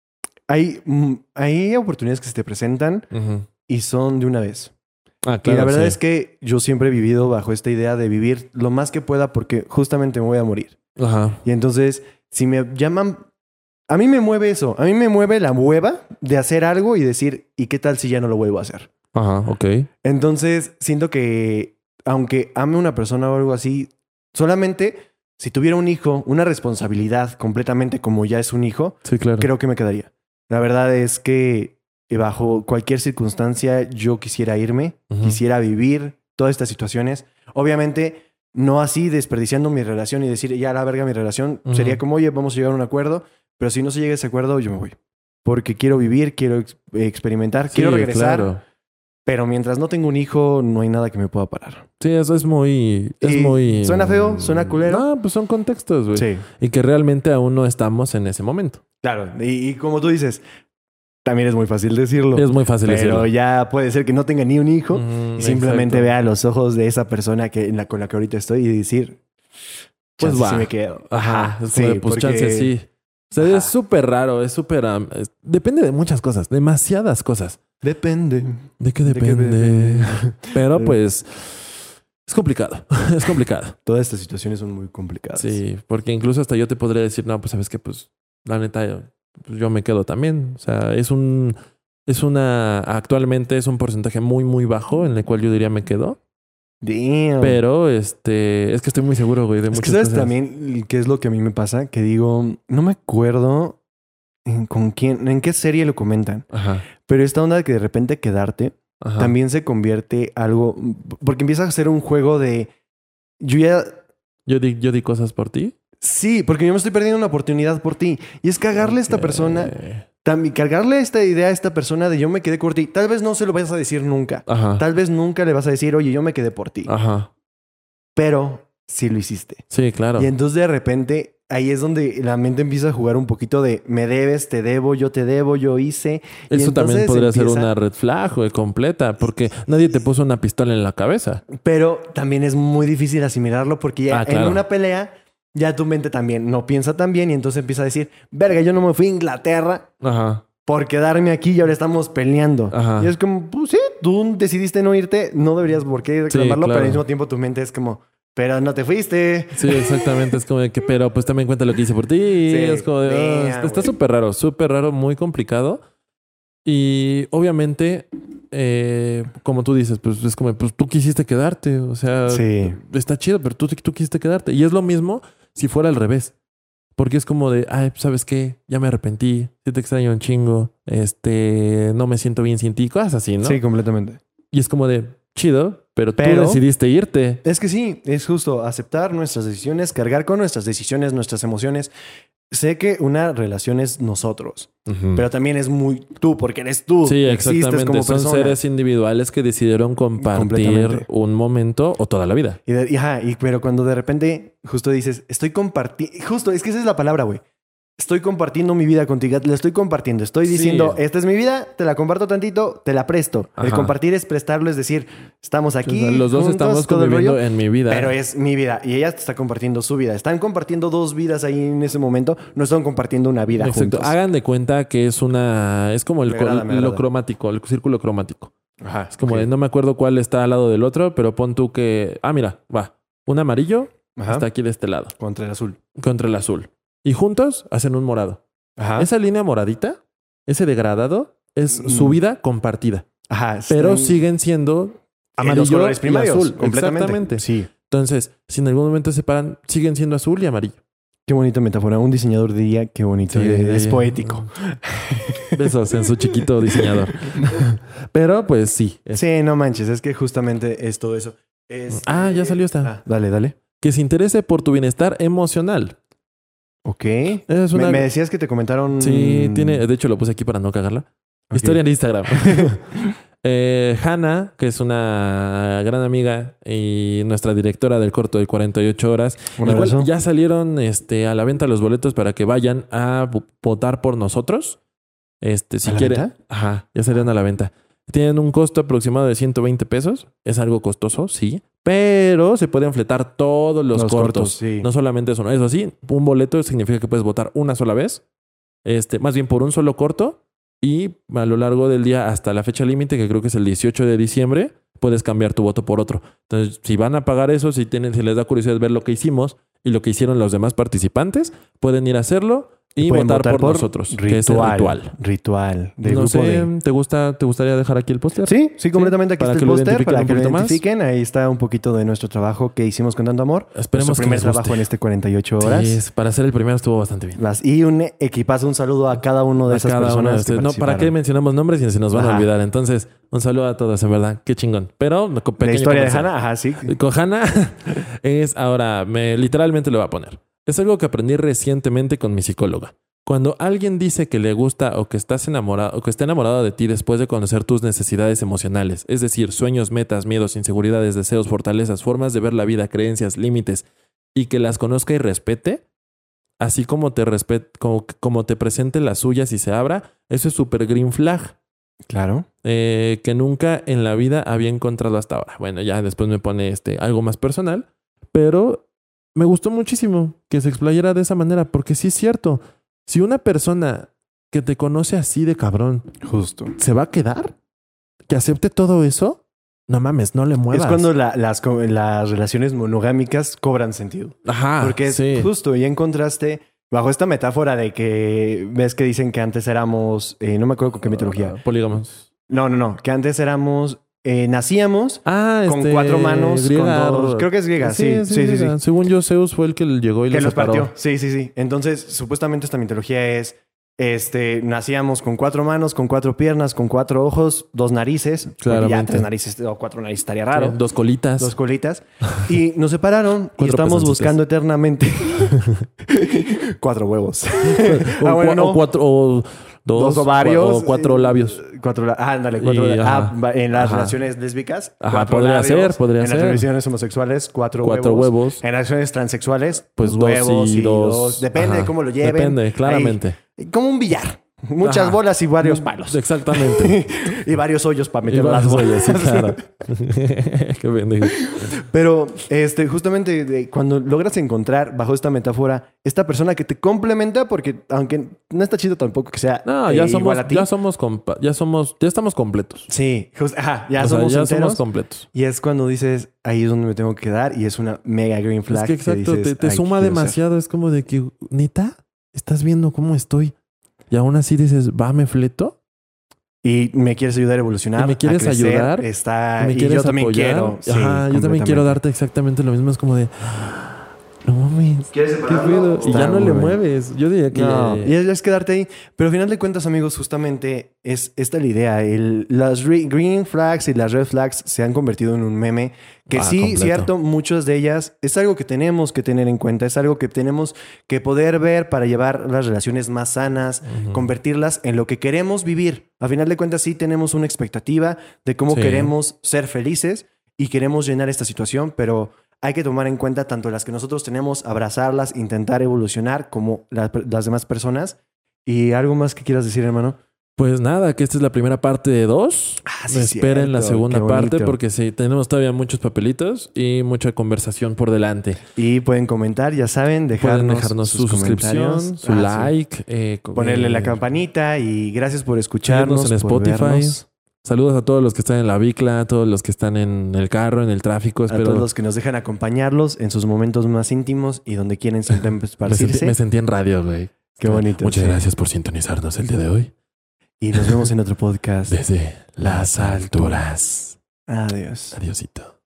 hay oportunidades que se te presentan y son de una vez. Claro, y la verdad es que yo siempre he vivido bajo esta idea de vivir lo más que pueda porque justamente me voy a morir. Y entonces, si me llaman... A mí me mueve eso. A mí me mueve la hueva de hacer algo y decir, ¿y qué tal si ya no lo vuelvo a hacer? Ok. Entonces, siento que aunque ame a una persona o algo así, solamente si tuviera un hijo, una responsabilidad completamente como ya es un hijo, creo que me quedaría. La verdad es que bajo cualquier circunstancia yo quisiera irme, quisiera vivir todas estas situaciones. Obviamente, no así desperdiciando mi relación y decir, ya la verga mi relación. Sería como, oye, vamos a llegar a un acuerdo, pero si no se llega a ese acuerdo, yo me voy. Porque quiero vivir, quiero experimentar, quiero regresar. Claro. Pero mientras no tengo un hijo, no hay nada que me pueda parar. Sí, eso es muy... ¿Suena feo? ¿Suena culero? No, pues son contextos, güey. Sí. Y que realmente aún no estamos en ese momento. Claro. Y como tú dices, también es muy fácil decirlo. Es muy fácil decirlo. Pero ya puede ser que no tenga ni un hijo y simplemente vea los ojos de esa persona con la que ahorita estoy y decir... Pues va. Sí me quedo. Ajá. Es como de, pues chance sí. O sea, es súper raro, es súper... depende de muchas cosas, demasiadas cosas. Depende. ¿De qué depende? Pero pues... Es complicado, es complicado. Todas estas situaciones son muy complicadas. Sí, porque incluso hasta yo te podría decir, no, pues sabes que pues la neta yo me quedo también. O sea, actualmente es un porcentaje muy, muy bajo en el cual yo diría me quedo. Damn. Pero es que estoy muy seguro, güey, de muchas cosas. ¿Sabes también qué es lo que a mí me pasa? Que digo, no me acuerdo en qué serie lo comentan. Ajá. Pero esta onda de que de repente quedarte también se convierte algo... Porque empieza a ser un juego de... ¿Yo di cosas por ti? Sí, porque yo me estoy perdiendo una oportunidad por ti. Y es cagarle a esta persona... Cargarle esta idea a esta persona de yo me quedé por ti. Tal vez no se lo vayas a decir nunca. Tal vez nunca le vas a decir, oye, yo me quedé por ti. Pero sí lo hiciste. Sí, claro. Y entonces de repente ahí es donde la mente empieza a jugar un poquito de me debes, te debo, yo hice. Eso también podría ser una red flag, güey, completa, porque nadie te puso una pistola en la cabeza. Pero también es muy difícil asimilarlo porque ya en una pelea... Ya tu mente también no piensa tan bien y entonces empieza a decir, verga, yo no me fui a Inglaterra por quedarme aquí y ahora estamos peleando. Y es como, pues sí, tú decidiste no irte, no deberías por qué reclamarlo, pero al mismo tiempo tu mente es como, pero no te fuiste. Sí, exactamente. Es como de que, pero pues también cuenta lo que hice por ti. Sí, es como de, está súper raro, muy complicado. Y obviamente, como tú dices, pues es como, pues tú quisiste quedarte. O sea, está chido, pero tú quisiste quedarte. Y es lo mismo si fuera al revés. Porque es como de, ay, ¿sabes qué? Ya me arrepentí. Sí te extraño un chingo. No me siento bien sin ti. Cosas así, ¿no? Sí, completamente. Y es como de, chido, pero tú decidiste irte. Es que sí, es justo aceptar nuestras decisiones, cargar con nuestras decisiones, nuestras emociones. sé que una relación es nosotros, pero también es muy tú, porque eres tú. Sí, exactamente. Como son seres individuales que decidieron compartir un momento o toda la vida. Pero cuando de repente justo dices, estoy compartiendo... Justo, es que esa es la palabra, güey. Estoy compartiendo mi vida contigo. La estoy compartiendo. Estoy diciendo, esta es mi vida, te la comparto tantito, te la presto. El compartir es prestarlo, es decir, estamos aquí. O sea, los dos juntos, estamos conviviendo en mi vida. Pero es mi vida. Y ella te está compartiendo su vida. Están compartiendo dos vidas ahí en ese momento. No están compartiendo una vida juntos. Hagan de cuenta que es una... Es como lo cromático, el círculo cromático. Ajá. Es como de, no me acuerdo cuál está al lado del otro, pero pon tú que... Ah, mira, va. Un amarillo está aquí de este lado. Contra el azul. Contra el azul. Y juntos hacen un morado. Ajá. Esa línea moradita, ese degradado, es su vida compartida. Ajá. Pero siguen siendo amarillo y azul. Completamente. Exactamente. Sí. Entonces, si en algún momento se separan, siguen siendo azul y amarillo. Qué bonita metáfora. Un diseñador diría qué bonito. Sí, es poético. Besos en su chiquito diseñador. Pero pues sí. Sí, no manches. Es que justamente es todo eso. Ya salió esta. Dale. Que se interese por tu bienestar emocional. Ok. Es una... me decías que te comentaron... Sí, tiene... De hecho, lo puse aquí para no cagarla. Okay. Historia en Instagram. Hannah, que es una gran amiga y nuestra directora del corto de 48 horas. Igual ya salieron a la venta los boletos para que vayan a votar por nosotros. Si quieren. Ajá, ya salieron a la venta. Tienen un costo aproximado de 120 pesos. Es algo costoso, sí. Pero se pueden fletar todos los cortos. Sí. No solamente eso. Eso sí, un boleto significa que puedes votar una sola vez. Más bien por un solo corto. Y a lo largo del día hasta la fecha límite, que creo que es el 18 de diciembre, puedes cambiar tu voto por otro. Entonces, si van a pagar eso, si les da curiosidad ver lo que hicimos y lo que hicieron los demás participantes, pueden ir a hacerlo y votar por nosotros. Ritual. Que es el Ritual. No sé, ¿te gustaría dejar aquí el póster? Sí, completamente. Aquí está el póster para que lo identifiquen. Más. Ahí está un poquito de nuestro trabajo que hicimos con tanto amor. Esperemos nuestro primer trabajo en 48 horas. Sí, para ser el primero estuvo bastante bien. Y un equipazo, un saludo a cada uno de esas personas. No, ¿para qué mencionamos nombres y se nos van a olvidar? Entonces, un saludo a todos, en verdad. Qué chingón. Pero la historia de Hannah, sí. Con Hannah es ahora, literalmente lo voy a poner. Es algo que aprendí recientemente con mi psicóloga. Cuando alguien dice que le gusta o que estás enamorado o que está enamorado de ti después de conocer tus necesidades emocionales, es decir, sueños, metas, miedos, inseguridades, deseos, fortalezas, formas de ver la vida, creencias, límites, y que las conozca y respete, así como como te presente las suyas y se abra, eso es súper green flag. Claro. Que nunca en la vida había encontrado hasta ahora. Bueno, ya después me pone algo más personal, pero me gustó muchísimo que se explayara de esa manera, porque sí es cierto. Si una persona que te conoce así de cabrón justo se va a quedar, que acepte todo eso, no mames, no le muevas. Es cuando las relaciones monogámicas cobran sentido. Ajá. Porque es justo, ya encontraste, bajo esta metáfora de que ves que dicen que antes éramos, no me acuerdo con qué mitología. Polígamos. No, que antes éramos... nacíamos con 4 manos, griega, con 2... Creo que es griega, sí. Según yo, Zeus fue el que llegó y los separó. Partió. Sí. Entonces, supuestamente esta mitología es... nacíamos con 4 manos, con 4 piernas, con 4 ojos, 2 narices. Claramente. Ya 3 narices o 4 narices estaría raro. 2 colitas. 2 colitas. Y nos separaron y estamos buscando eternamente 4 huevos. O 4... Dos ovarios. O 4 labios. 4 ándale, 4. En las relaciones lésbicas, 4 podría labios. Podría ser. En las relaciones homosexuales, 4 huevos. En las relaciones transexuales, pues 2 huevos y 2. Depende de cómo lo lleven. Depende, claramente. Como un billar. Muchas bolas y varios palos. Exactamente. Y varios hoyos para meter las bolas. Sí, claro. Qué pendejo. Pero justamente cuando logras encontrar bajo esta metáfora esta persona que te complementa, porque aunque no está chido tampoco que sea igual a ti. Ya estamos completos. Sí, ya somos completos. Y es cuando dices, ahí es donde me tengo que quedar y es una mega green flag. Es que exacto, dices, te suma demasiado. Es como de que, ¿neta? ¿Estás viendo cómo estoy? Y aún así dices, ¿me fleto? Y me quieres ayudar a evolucionar. ¿Y me quieres ayudar? ¿Me quieres yo también quiero. Sí, yo también quiero darte exactamente lo mismo. Es como de... No mames. ¿Quieres separarlo? Y ya no le mueves. Yo diría que no, y es quedarte ahí. Pero al final de cuentas, amigos, justamente es esta la idea. Las green flags y las red flags se han convertido en un meme. Que sí, completo. Cierto, muchas de ellas es algo que tenemos que tener en cuenta. Es algo que tenemos que poder ver para llevar las relaciones más sanas, convertirlas en lo que queremos vivir. Al final de cuentas, sí tenemos una expectativa de cómo queremos ser felices y queremos llenar esta situación, pero hay que tomar en cuenta tanto las que nosotros tenemos, abrazarlas, intentar evolucionar como las demás personas. ¿Y algo más que quieras decir, hermano? Pues nada, que esta es la primera parte de 2. Sí, esperen la segunda parte porque sí, tenemos todavía muchos papelitos y mucha conversación por delante. Y pueden comentar, ya saben, dejarnos su suscripción, su like. Ponerle la campanita y gracias por escucharnos. En Spotify. Saludos a todos los que están en la bicla, a todos los que están en el carro, en el tráfico. A todos los que nos dejan acompañarlos en sus momentos más íntimos y donde quieren siempre esparcirse. Me sentí en radio, güey. Qué bonito. Muchas gracias por sintonizarnos el día de hoy. Y nos vemos en otro podcast. Desde las alturas. Adiós. Adiósito.